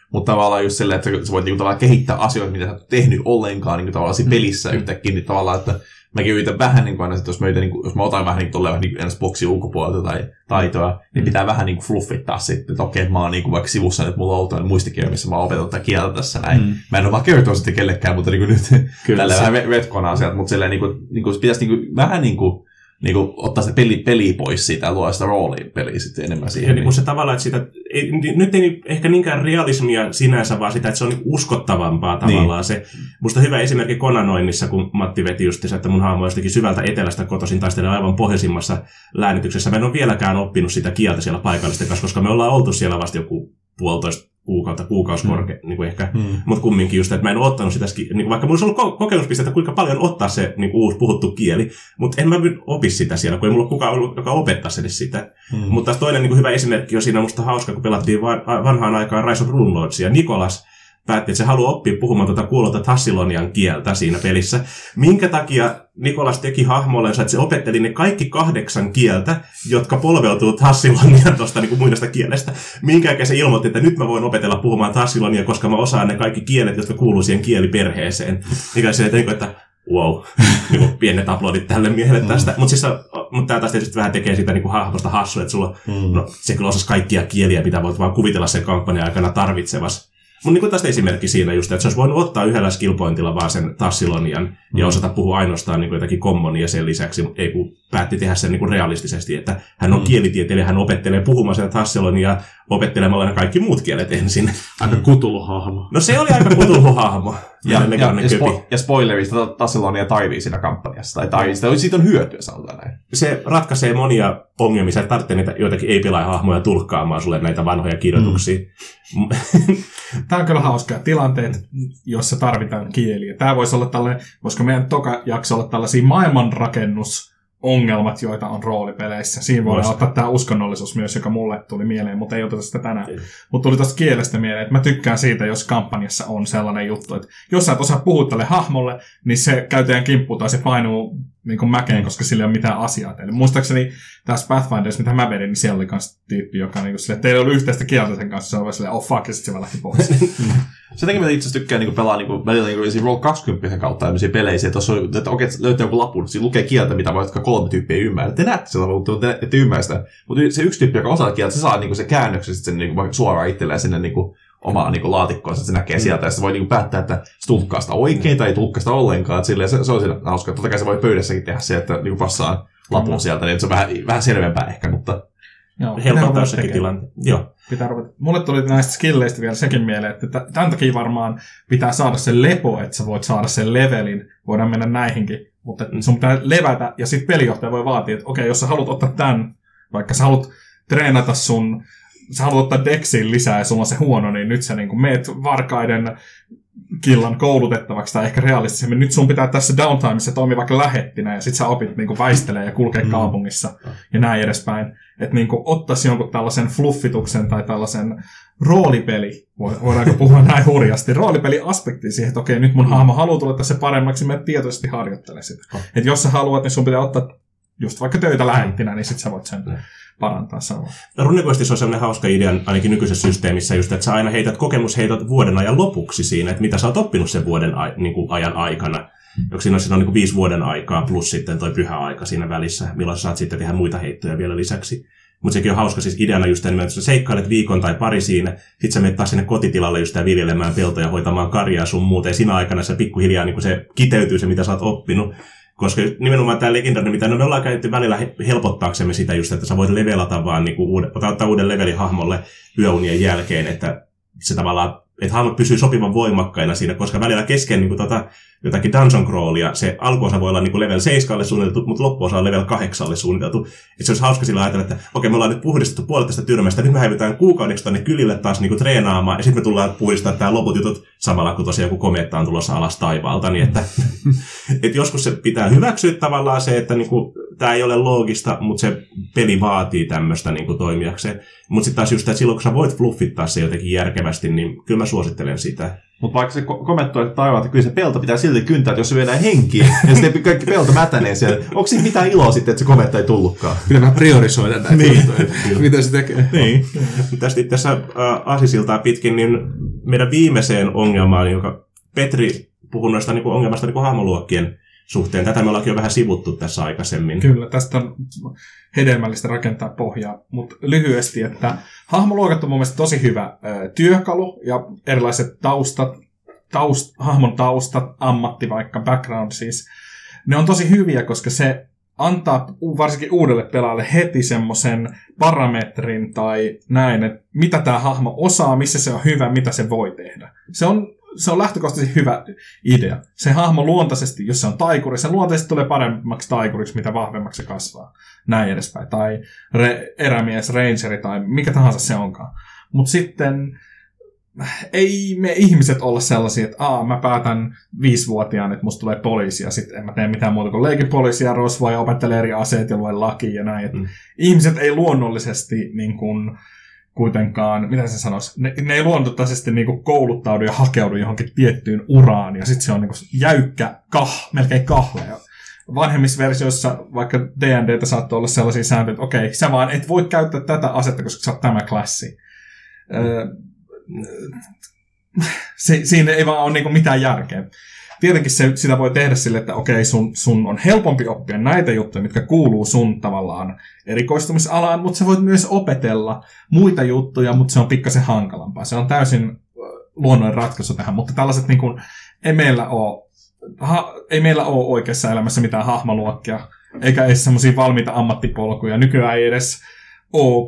Mutta tavallaan just silleen, että sä voit niinku tavallaan kehittää asioita, mitä sä et tehnyt ollenkaan niinku tavallaan siinä pelissä mm. yhtäkkiä, niin tavallaan, että mäkin yritän vähän, niin kuin aina, että jos mä, yritän, niin kuin, jos mä otan vähän niin kuin, niin ennäs boksin ulkopuolelta tai taitoa, niin mm. pitää vähän niin kuin fluffittaa sitten, että okei, että mä oon niin kuin vaikka sivussa, että mulla on ollut tämmöinen muistikirja, missä mä opetan tätä kieltä tässä näin. Mm. Mä en ole vaan kertoa sitten kellekään, mutta niin kuin nyt tällä vähän retkonaa sieltä, mutta silleen niin kuin, niin kuin, pitäisi niin kuin, vähän niin kuin, niin kuin, ottaa sitä peli, peliä pois siitä ja luoda sitä roolipeliä sitten enemmän siihen. Ja niin kuin se tavalla, että sitä, ei, nyt ei ehkä niinkään realismia sinänsä, vaan sitä, että se on niin uskottavampaa tavallaan. Niin. Se, musta hyvä esimerkki Konanoinnissa, kun Matti veti just että mun hahmo jostakin syvältä etelästä kotoisin taistelee aivan pohjoisimmassa läänityksessä. Mä en ole vieläkään oppinut sitä kieltä siellä paikallisten kanssa, koska me ollaan oltu siellä vasta joku puolitoista kuukautta, kuukausi korkea, mm. niin kuin ehkä. Mm. Mutta kumminkin just, että mä en ole ottanut sitä, niin vaikka mulla olisi ollut kokemuspisteitä, kuinka paljon ottaa se niin kuin uusi puhuttu kieli, mutta en mä opi sitä siellä, kun ei mulla ole kukaan ollut, joka opettaisi edes sitä. Mm. Mutta taas toinen niin kuin hyvä esimerkki on siinä musta hauska, kun pelattiin vanhaan aikaan Rise of Runelordsia. Nikolas päätti, että se haluaa oppia puhumaan tuota kuulota Tassilonian kieltä siinä pelissä. Minkä takia Nikolas teki hahmollensa, että se opetteli ne kaikki kahdeksan kieltä, jotka polveutuu Tassilonian tuosta niin kuin muista kielestä. Minkä jälkeen se ilmoitti, että nyt mä voin opetella puhumaan Tassilonia, koska mä osaan ne kaikki kielet, jotka kuuluu siihen kieliperheeseen. Mikä se, että, että wow, niin pienet aplodit tälle miehelle tästä. Mm. Mutta siis, mut tämä taas tietysti vähän tekee sitä niin hahmosta hassua, että sulla, mm. no, se kyllä osasi kaikkia kieliä, mitä voit vaan kuvitella sen kampanjan aikana tarvitsevas. Mutta niin tästä esimerkki siinä just, että se olisi voinut ottaa yhdellä skillpointilla vaan sen Tassilonian mm. ja osata puhua ainoastaan niin jotakin commonia sen lisäksi, ei kun päätti tehdä sen niin realistisesti, että hän on mm. kielitieteilijä, hän opettelee puhumaan sen Tassilonia opettelemalla ne kaikki muut kielet ensin. Aika Cthulhu-hahmo. No se oli aika Cthulhu-hahmo. ja, ja, ja, ja, spo- ja spoilerista Tassilonia tarvii siinä kampanjassa, tai tarvii sitä, siitä on hyötyä, sanotaan näin. Se ratkaisee monia ongelmia, sä tarvitsee niitä joitakin ei-pelaaja-hahmoja tulkkaamaan sulle näitä vanhoja kirjoituksia. Mm. Tämä on kyllä hauskaa. Tilanteet, joissa tarvitaan kieliä. Tämä voisi olla tällainen, koska meidän toka jakso olla tällaisia maailmanrakennusongelmat, joita on roolipeleissä. Siinä voi ottaa tämä uskonnollisuus myös, joka mulle tuli mieleen, mutta ei oteta sitä tänään. Mutta tuli tuosta kielestä mieleen, että mä tykkään siitä, jos kampanjassa on sellainen juttu, että jos sä et osaa puhua tälle hahmolle, niin se käy teidän kimppuun tai se painuu niin kuin mäkeen, koska sillä ei ole mitään asiaa teille. Muistaakseni tässä Pathfinders, mitä mä vedin, niin siellä oli myös tyyppi, joka niin silleen, että teillä oli yhteistä kieltä sen kanssa, se oli silleen, oh fuck, ja sitten se lähti pois. Se takia mä itse asiassa tykkään niin pelaa niin välillä niin Roll kaksikymmentä kautta tämmöisiä peleisiä, että, on, että okei, että löytää joku lappu, siinä lukee kieltä, mitä vaikka kolme tyyppiä ymmärrä. Te näette sitä, mutta te ette ymmärrä sitä. Mutta se yksi tyyppi, joka osaa kieltä, se saa niin se käännöksen sen niin suoraan itselleen sinne niin omaan niin laatikkoon, että se näkee sieltä, ja se voi niin päättää, että se tulkkaa sitä oikein tai ei tulkkaa sitä ollenkaan. Että silleen, se, se on siinä hauska. Totta kai se voi pöydässäkin tehdä se, että niin passaa lapun mm. sieltä, niin se on vähän, vähän selvempää ehkä, mutta joo, helpottaa jossakin tilanne. Joo. Pitää ruveta. Mulle tuli näistä skilleistä vielä sekin mieleen, että tämän takia varmaan pitää saada se lepo, että sä voit saada sen levelin. Voidaan mennä näihinkin, mutta sun pitää levätä, ja sitten pelijohtaja voi vaatia, että okei, jos sä haluat ottaa tämän, vaikka sä haluat treenata sun, sä haluat ottaa deksiin lisää, ja sulla on se huono, niin nyt sä niin kuin meet varkaiden killan koulutettavaksi, tai ehkä realistisemmin. Nyt sun pitää tässä downtimeissa toimia vaikka lähettinä, ja sit sä opit niin kuin väistelee ja kulkee mm. kaupungissa, ja näin edespäin. Että niin kuin ottaisi jonkun tällaisen fluffituksen tai tällaisen roolipeli, voidaanko puhua näin hurjasti, roolipeliaspekti siihen, että okei, nyt mun hahmo haluaa tulla tässä paremmaksi, mä tietoisesti harjoittelen sitä. Oh. Että jos sä haluat, niin sun pitää ottaa just vaikka töitä lähettinä, niin sit sä voit sen mm. parantaa samalla. Runnequestissä on sellainen hauska idea ainakin nykyisessä systeemissä, just, että sä aina heität kokemusheitot vuoden ajan lopuksi siinä, että mitä sä oot oppinut sen vuoden a, niin kuin ajan aikana. Joka siinä on, siinä on niin kuin viisi vuoden aikaa plus sitten toi pyhä aika siinä välissä, milloin saat sitten tehdä muita heittoja vielä lisäksi. Mutta sekin on hauska siis ideana just enemmän, että sä seikkailet viikon tai pari siinä, sit sä menet taas sinne kotitilalle just ja viljelemään peltoja, hoitamaan karjaa sun muuta, ja siinä aikana se pikkuhiljaa niin se kiteytyy se, mitä sä oot oppinut. Koska nimenomaan tämä legendarinen, mitä me ollaan käytetty välillä helpottaaksemme sitä just, että sä voit levelata vaan, niin kuin uuden, ottaa uuden levelin hahmolle yöunien jälkeen, että se tavallaan, että hahmot pysyy sopivan voimakkaina siinä, koska välillä kesken niin kuin tota, jotakin dungeon crawlia, se alkuosa voi olla niin kuin level seitsemälle suunniteltu, mutta loppuosa on level kahdeksalle suunniteltu. Että se olisi hauska sillä ajatella, että okei, me ollaan nyt puhdistettu puolet tästä tyrmästä, nyt me häivytään kuukaudeksi tuonne kylille taas niin kuin treenaamaan, ja sitten me tullaan puhdistamaan tämä loput jutut samalla, kun tosiaan joku kometta on tulossa alas taivaalta, niin että, että joskus se pitää hyväksyä tavallaan se, että niin kuin, tämä ei ole loogista, mutta se peli vaatii tämmöistä niin kuin toimijakseen. Mutta sitten taas just, että silloin kun sä voit fluffittaa se jotenkin järkevästi, niin kyllä mä suosittelen sitä. Mutta vaikka se kommentoi, että taivaan, että kyllä se pelto pitää silti kyntää, että jos se viedään henkiä, ja sitten kaikki pelto mätänee siellä. Onko siinä mitään iloa sitten, että se kommentti ei tullutkaan? Pitää vähän priorisoida näitä niin. juttuja. Mitä se tekee? Niin. Tästä itse asiassa äh, Aasisiltaa pitkin, niin meidän viimeiseen ongelmaan, jonka Petri puhui noista niin kuin ongelmasta niin kuin hahmoluokkien suhteen. Tätä me ollaankin jo vähän sivuttu tässä aikaisemmin. Kyllä, tästä on hedelmällistä rakentaa pohjaa, mutta lyhyesti, että hahmoluokat on mun mielestä tosi hyvä ö, työkalu ja erilaiset taustat, taust, hahmon taustat, ammatti vaikka, background siis, ne on tosi hyviä, koska se antaa varsinkin uudelle pelaajalle heti semmoisen parametrin tai näin, että mitä tämä hahmo osaa, missä se on hyvä, mitä se voi tehdä. Se on Se on lähtökohtaisesti hyvä idea. Se hahmo luontaisesti, jos se on taikuri, se luontaisesti tulee paremmaksi taikuriksi, mitä vahvemmaksi se kasvaa. Näin edespäin. Tai re, erämies, rangeri tai mikä tahansa se onkaan. Mutta sitten ei me ihmiset olla sellaisia, että Aa, mä päätän viisivuotiaan, että musta tulee poliisi ja sitten en mä tee mitään muuta kuin leikin poliisia, rosvoa ja opettele eri aseet ja luen lakia ja näin. Mm. Ihmiset ei luonnollisesti niin kuin kuitenkaan, mitä se sanoisi, ne, ne ei luontotaisesti niinku kouluttaudu ja hakeudu johonkin tiettyyn uraan, ja sitten se on niinku jäykkä, kah, melkein kahlea. Vanhemmissa versioissa, vaikka D and D:tä saattoi olla sellaisia sääntöjä, että okei, sä vaan et voi käyttää tätä asetta, koska sä oot tämä klassi. Öö, se, siinä ei vaan ole niinku mitään järkeä. Tietenkin se, sitä voi tehdä sille, että okei, sun, sun on helpompi oppia näitä juttuja, mitkä kuuluu sun tavallaan erikoistumisalaan, mutta sä voit myös opetella muita juttuja, mutta se on pikkasen hankalampaa. Se on täysin luonnollinen ratkaisu tähän, mutta tällaiset niin kuin, ei meillä ole, ha, ei meillä ole oikeassa elämässä mitään hahmoluokkia, eikä edes semmoisia valmiita ammattipolkuja. Nykyään ei edes ole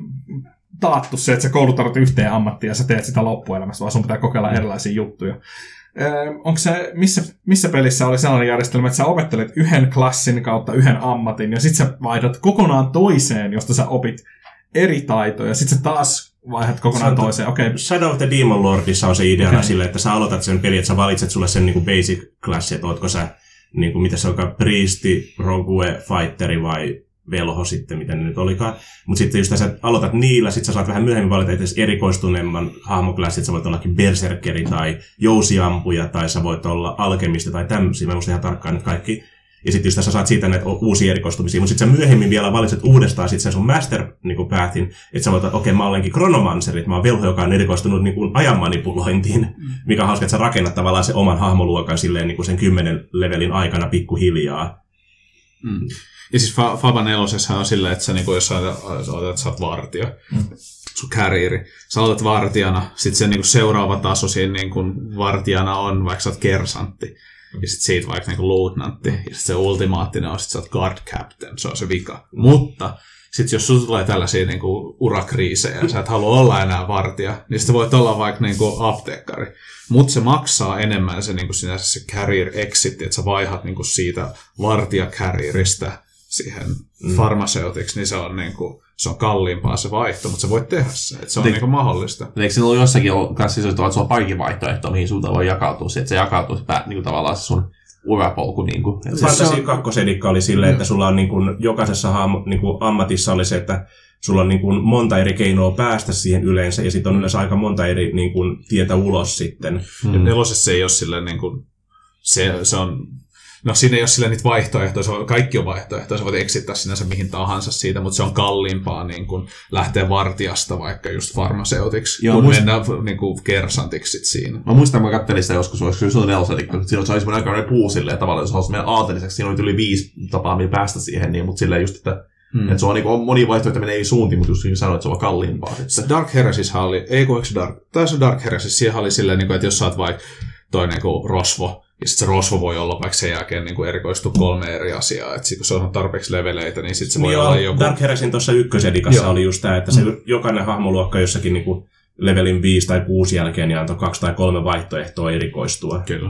taattu se, että sä kouluttaudut yhteen ammattiin ja sä teet sitä loppuelämässä, vaan sun pitää kokeilla erilaisia juttuja. Öö, onko se, missä, missä pelissä oli sellainen järjestelmä, että sä opettelet yhden klassin kautta yhden ammatin, ja sit sä vaihdat kokonaan toiseen, josta sä opit eri taitoja, ja sit sä taas vaihdat kokonaan Shadow, toiseen. Okay. Shadow of the Demon Lordissa on se ideana okay. Silleen, että sä aloitat sen pelin, että sä valitset sulle sen niin kuin basic-klassi, että ootko sä, niin kuin, mitä se onkaan, priesti, rogue, fighteri vai velho sitten, miten ne nyt olikaan. Mutta sitten just sä aloitat niillä, sit sä saat vähän myöhemmin valita edes erikoistuneemman hahmoklassi, että sä voit ollakin berserkeri tai jousiampuja, tai sä voit olla alkemisti tai tämmöisiä. Mä en muista ihan tarkkaan nyt kaikki. Ja sitten just sä saat siitä näitä uusia erikoistumisia, mutta sitten sä myöhemmin vielä valitset uudestaan sit sen sun master niin pathin, että sä voit, okei, okay, mä olenkin chronomancer, että mä oon velho, joka on erikoistunut niin kuin ajan manipulointiin, mikä on hauska, että sä rakennat tavallaan sen oman hahmoluokan silleen niin kuin sen kymmenen levelin aikana pikkuhiljaa. Mm. Ja siis Faba nelosessa on silleen, että sä, niin kuin, jos sä otat, että sä oot vartija, mm. sun carrieri, sä aloitat vartijana, sit se niin kuin seuraava taso siinä niin kuin vartijana on, vaikka sä oot kersantti, mm. ja sit siitä vaikka niin kuin luutnantti, ja sit se ultimaattinen on, sit sä oot guard captain, se on se vika. Mm. Mutta sit jos sulla tulee tällaisia niin kuin urakriisejä, ja sä et halua olla enää vartija, niin sit voit olla vaikka niin kuin apteekkari. Mutta se maksaa enemmän se, niin kuin sinänsä se carrier exit, että sä vaihat niin kuin siitä vartija-carrieristä siihen mm. farmaceutiksi, niin se on, niin kuin, se on kalliimpaa se vaihto, mutta sä voit tehdä se, että se on Eik, niin kuin mahdollista. Eikö siinä ole jossakin kanssa siis, että sulla on parikin vaihtoehtoa, mihin sulta voi jakautua, että se jakautuu se pää, niin kuin tavallaan se sun urapolku. Niin kuin. Fantasy kakkosedikka oli silleen, että sulla on niin kuin, jokaisessa hahmo, niin kuin ammatissa oli se, että sulla on niin kuin, monta eri keinoa päästä siihen yleensä, ja sitten on yleensä aika monta eri niin kuin, tietä ulos sitten. Mm. Ja nelosessa ei ole silleen, niin kuin, se, se on no siinä ei ole sillä niitä vaihtoehtoja, kaikki on vaihtoehtoja, sä voit eksittää sinänsä mihin tahansa siitä, mutta se on kalliimpaa niin kun lähteä vartijasta vaikka just farmaseutiksi, kun muist... mennään niin kun kersantiksi siinä. Mä muistan, kun mä kattelin sitä joskus, olisiko se nelosen, kun siinä olisi semmoinen aikainen puu silleen tavallaan, jos haluaisi meidän aateliseksi, siinä oli yli viisi tapaa, millä päästä siihen, niin, mutta silleen just, että Hmm. Että se on, niin on moni vaihtoehto, menee eri suuntiin, mutta just niin sanoin, että se on kalliimpaa. Sitten. Dark Heresishän oli, ei kun eikö Dark, taisi Dark Heresis, siellä oli silleen, että jos sä oot vaikka toi niin kuin rosvo, ja sitten se rosvo voi olla vaikka sen jälkeen niin kuin erikoistu kolme eri asiaa, että kun se on tarpeeksi leveleitä, niin sitten se voi niin olla joo, joku... Dark Heresin tuossa ykkösedikassa joo. Oli just tämä, että se hmm. jokainen hahmoluokka jossakin niin kuin levelin viisi tai kuusi jälkeen niin antoi kaksi tai kolme vaihtoehtoa erikoistua. Kyllä.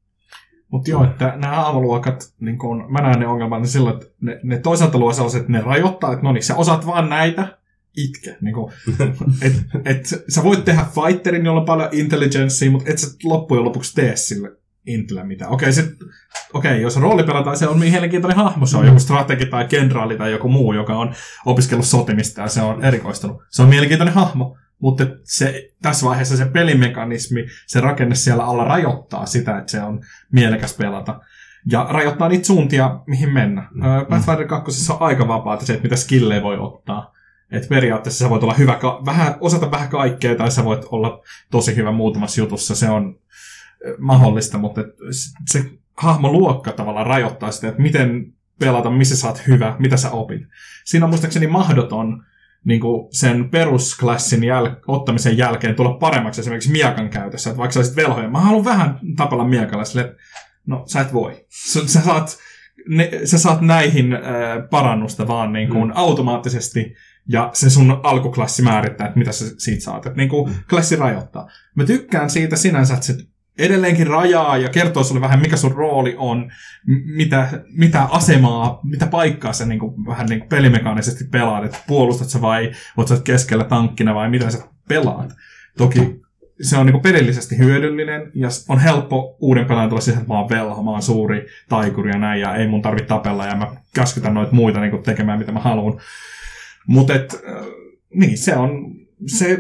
Mutta joo, että nämä hahmoluokat, niin kun mä näen ne ongelmat, niin silloin, että ne, ne toisaalta luo sellaiset, että ne rajoittaa, että no niin, sä osaat vaan näitä, itke. Niin että et, sä voit tehdä fighterin, jolla on paljon intelligenssiä, mutta et sä loppujen lopuksi tee sille Intillä mitään. Okei, se, okei, jos rooli pelataan, se on mielenkiintoinen hahmo. Se on joku strategi tai kenraali tai joku muu, joka on opiskellut sotimista ja se on erikoistunut. Se on mielenkiintoinen hahmo, mutta se, tässä vaiheessa se pelimekanismi, se rakenne siellä alla rajoittaa sitä, että se on mielekäs pelata. Ja rajoittaa niitä suuntia, mihin mennä. Mm. Pathfinder kaksi on aika vapaata se, että mitä skillejä voi ottaa. Että periaatteessa sä voit olla hyvä, vähän, osata vähän kaikkea, tai sä voit olla tosi hyvä muutamassa jutussa. Se on mahdollista, mutta se hahmoluokka tavallaan rajoittaa sitä, että miten pelata, missä sä oot hyvä, mitä sä opit. Siinä on muistaakseni mahdoton niin kuin sen perusklassin jäl- ottamisen jälkeen tulla paremmaksi esimerkiksi miekan käytössä. Että vaikka sä olisit velhoja, mä haluan vähän tapella miekalla silleen, että no sä et voi. Sä, sä, saat, ne, sä saat näihin äh, parannusta vaan niin kuin mm. automaattisesti, ja se sun alkuklassi määrittää, että mitä sä siitä saat. Että niin kuin mm. klassi rajoittaa. Mä tykkään siitä sinänsä, että se edelleenkin rajaa ja kertoo sulle vähän, mikä sun rooli on, mitä, mitä asemaa, mitä paikkaa sä niin kuin, vähän niin kuin pelimekaanisesti pelaat, että puolustat sä vai oot sä keskellä tankkina vai mitä sä pelaat. Toki se on niin kuin pelillisesti hyödyllinen ja on helppo uuden pelaajan tulla siihen, että mä oon velho, mä oon suuri taikuri ja näin ja ei mun tarvitse tapella ja mä käskytän noita muita niin kuin tekemään mitä mä haluan. Mutta et, äh, niin se on, se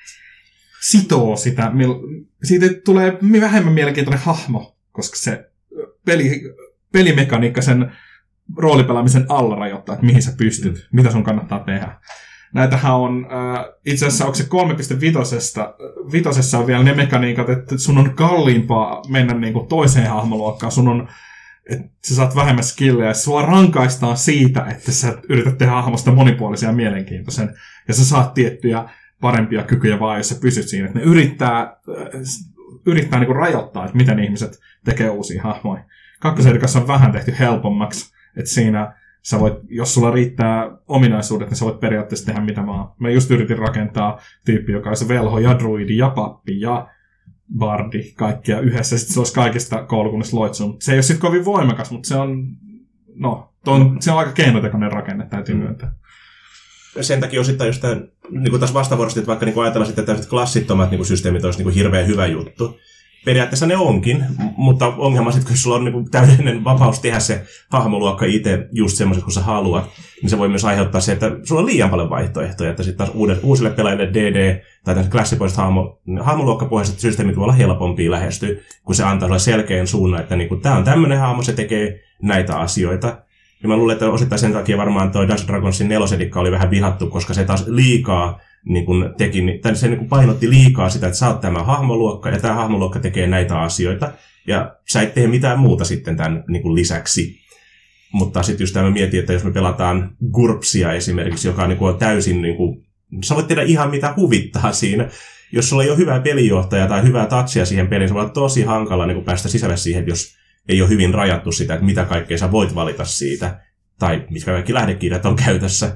sitoo sitä, siitä tulee vähemmän mielenkiintoinen hahmo, koska se peli, pelimekaniikka sen roolipelaamisen alla rajoittaa, että mihin sä pystyt, mitä sun kannattaa tehdä. Näitähän on, äh, itse asiassa onko se kolme pilkku viisi, vitosessa on vielä ne mekaniikat, että sun on kalliimpaa mennä niinku toiseen hahmoluokkaan, sun on, että sä saat vähemmän skillejä, ja sua rankaistaan siitä, että sä yrität tehdä hahmosta monipuolisia ja mielenkiintoisen, ja sä saat tiettyjä parempia kykyjä vaan, jos sä pysyt siinä. Että ne yrittää, äh, yrittää niinku rajoittaa, että miten ihmiset tekee uusia hahmoja. Kakkosedikassa on vähän tehty helpommaksi, että siinä sä voit, jos sulla riittää ominaisuudet, niin sä voit periaatteessa tehdä mitä vaan. Mä just yritin rakentaa tyyppi, joka olisi velho ja druidi ja pappi ja bardi, kaikkia yhdessä. Sitten se olisi kaikista koulukunnasta loitsunut. Se ei ole sitten kovin voimakas, mutta se on, no, ton, se on aika keinotekoinen rakenne, täytyy myöntää. Sen takia osittain just tämän, niin kuin taas vastavuorosti, että vaikka niin kuin ajatellaan sitten, että tämmöiset klassittomat niin kuin systeemit olisi niin kuin hirveän hyvä juttu. Periaatteessa ne onkin, mutta ongelma sitten, kun sulla on niin kuin täydellinen vapaus tehdä se hahmoluokka itse just semmoiset, kun sä haluat, niin se voi myös aiheuttaa se, että sulla on liian paljon vaihtoehtoja, että sitten taas uudet, uusille pelaajille D D tai tämmöiset klassipoiset hahmo, hahmoluokkapohjaiset systeemit voi olla helpompia lähestyä, kun se antaa sulle selkeän suunnan, että niin kuin, tämä on tämmöinen hahmo, se tekee näitä asioita. Ja mä luulen, että osittain sen takia varmaan toi Dungeons and Dragonsin nelosedikka oli vähän vihattu, koska se taas liikaa niin kun teki, tai se niin kun painotti liikaa sitä, että sä oot tämä hahmoluokka, ja tämä hahmoluokka tekee näitä asioita, ja sä et tee mitään muuta sitten tämän niin kun lisäksi. Mutta sitten just tämä mietin, että jos me pelataan GURPSia esimerkiksi, joka niin on täysin, niin kun, sä voit tehdä ihan mitä huvittaa siinä. Jos sulla ei ole hyvää pelijohtajaa tai hyvää touchia siihen peliin, se voi olla tosi hankala niin päästä sisälle siihen, jos ei ole hyvin rajattu sitä, että mitä kaikkea sä voit valita siitä, tai mitkä kaikki lähdekirjat on käytössä.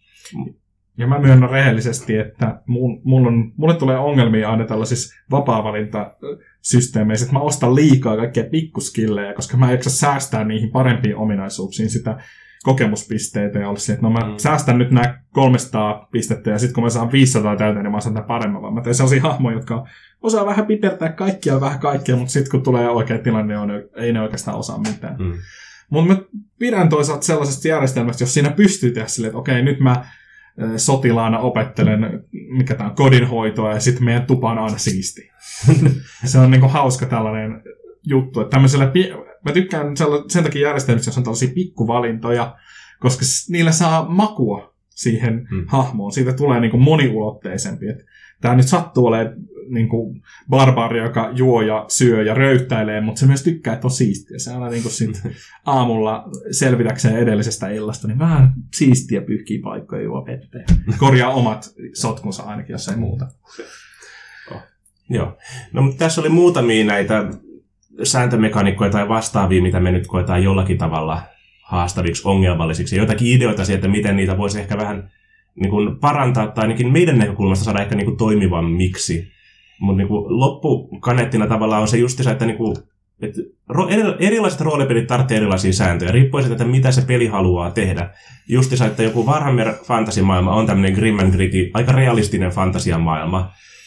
Ja mä myönnän rehellisesti, että mun, mulla on, mulle tulee ongelmia aina tällaisissa vapaa-valintasysteemeissä, että mä ostan liikaa kaikkia pikkuskillejä, koska mä en jaksa säästää niihin parempiin ominaisuuksiin sitä kokemuspisteitä ja olla se, että no mä mm. säästän nyt nämä kolmesataa pistettä ja sitten kun mä saan viisisataa täyteen, niin mä saan tämän paremman, vaan mä teen sellaisia hahmoja, jotka osaa vähän pipertää kaikkia vähän kaikkea, mutta sitten kun tulee oikea tilanne, on, ei ne oikeastaan osaa mitään. Mm. Mutta mä pidän toisaalta sellaisesta järjestelmästä, jos siinä pystyy tehdä silleen, että okei, nyt mä sotilaana opettelen, mikä tämä on, kodinhoitoa, ja sitten meidän tupa on aina siisti. Se on niinku hauska tällainen juttu, että tämmöisellä, mä tykkään sen takia järjestelmistä, jos on tällaisia pikkuvalintoja, koska niillä saa makua siihen hmm. hahmoon. Siitä tulee niinku moniulotteisempi. Tämä nyt sattuu olemaan niinku barbaari, joka juo ja syö ja röyttäilee, mutta se myös tykkää, että on siistiä. Se aina niinku sit aamulla selvitäkseen edellisestä illasta, niin vähän siistiä pyyhkii paikkoja juo vettä. Korjaa omat sotkunsa ainakin, jos ei muuta. Oh. Joo. No, mutta tässä oli muutamia näitä sääntömekaniikkoja tai vastaavia, mitä me nyt koetaan jollakin tavalla haastaviksi, ongelmallisiksi. Joitakin ideoita siitä, miten niitä voisi ehkä vähän niin kuin parantaa, tai ainakin meidän näkökulmasta saada ehkä niin kuin toimivammiksi. Mutta niin loppukaneettina tavallaan on se justiinsa, että, niin kuin, että erilaiset roolipelit tarvitsee erilaisia sääntöjä, riippuen siitä, että mitä se peli haluaa tehdä. Justiinsa, että joku Warhammer fantasimaailma on tämmöinen grim and gritty, aika realistinen fantasiamaailma.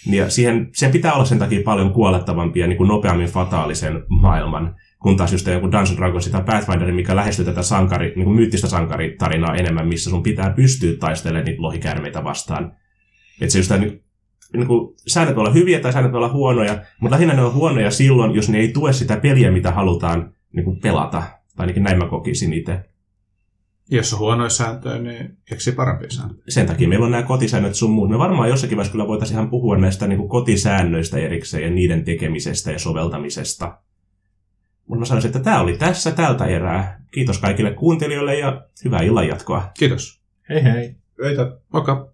Ja siihen, sen pitää olla sen takia paljon kuolettavampi ja niin kuin nopeammin fataalisen maailman, kun taas just joku Dungeons and Dragons tai Pathfinder, mikä lähestyy tätä sankari, niin kuin myyttistä sankaritarinaa enemmän, missä sun pitää pystyä taistelemaan niitä lohikäärmeitä vastaan. Että se just tämä, niin, niin kuin, säännöt voi olla hyviä tai säännöt voi olla huonoja, mutta lähinnä ne on huonoja silloin, jos ne ei tue sitä peliä, mitä halutaan niin kuin pelata. Tai ainakin näin mä kokisin itse. Jos on huonoja sääntöjä, niin keksi parempia sääntöjä. Sen takia meillä on nämä kotisäännöt sun muut. Me varmaan jossakin vaiheessa kyllä voitaisiin ihan puhua näistä niin kuin kotisäännöistä erikseen ja niiden tekemisestä ja soveltamisesta. Mutta mä sanoisin, että tämä oli tässä tältä erää. Kiitos kaikille kuuntelijoille ja hyvää illanjatkoa. Kiitos. Hei hei. Öitä. Moikka.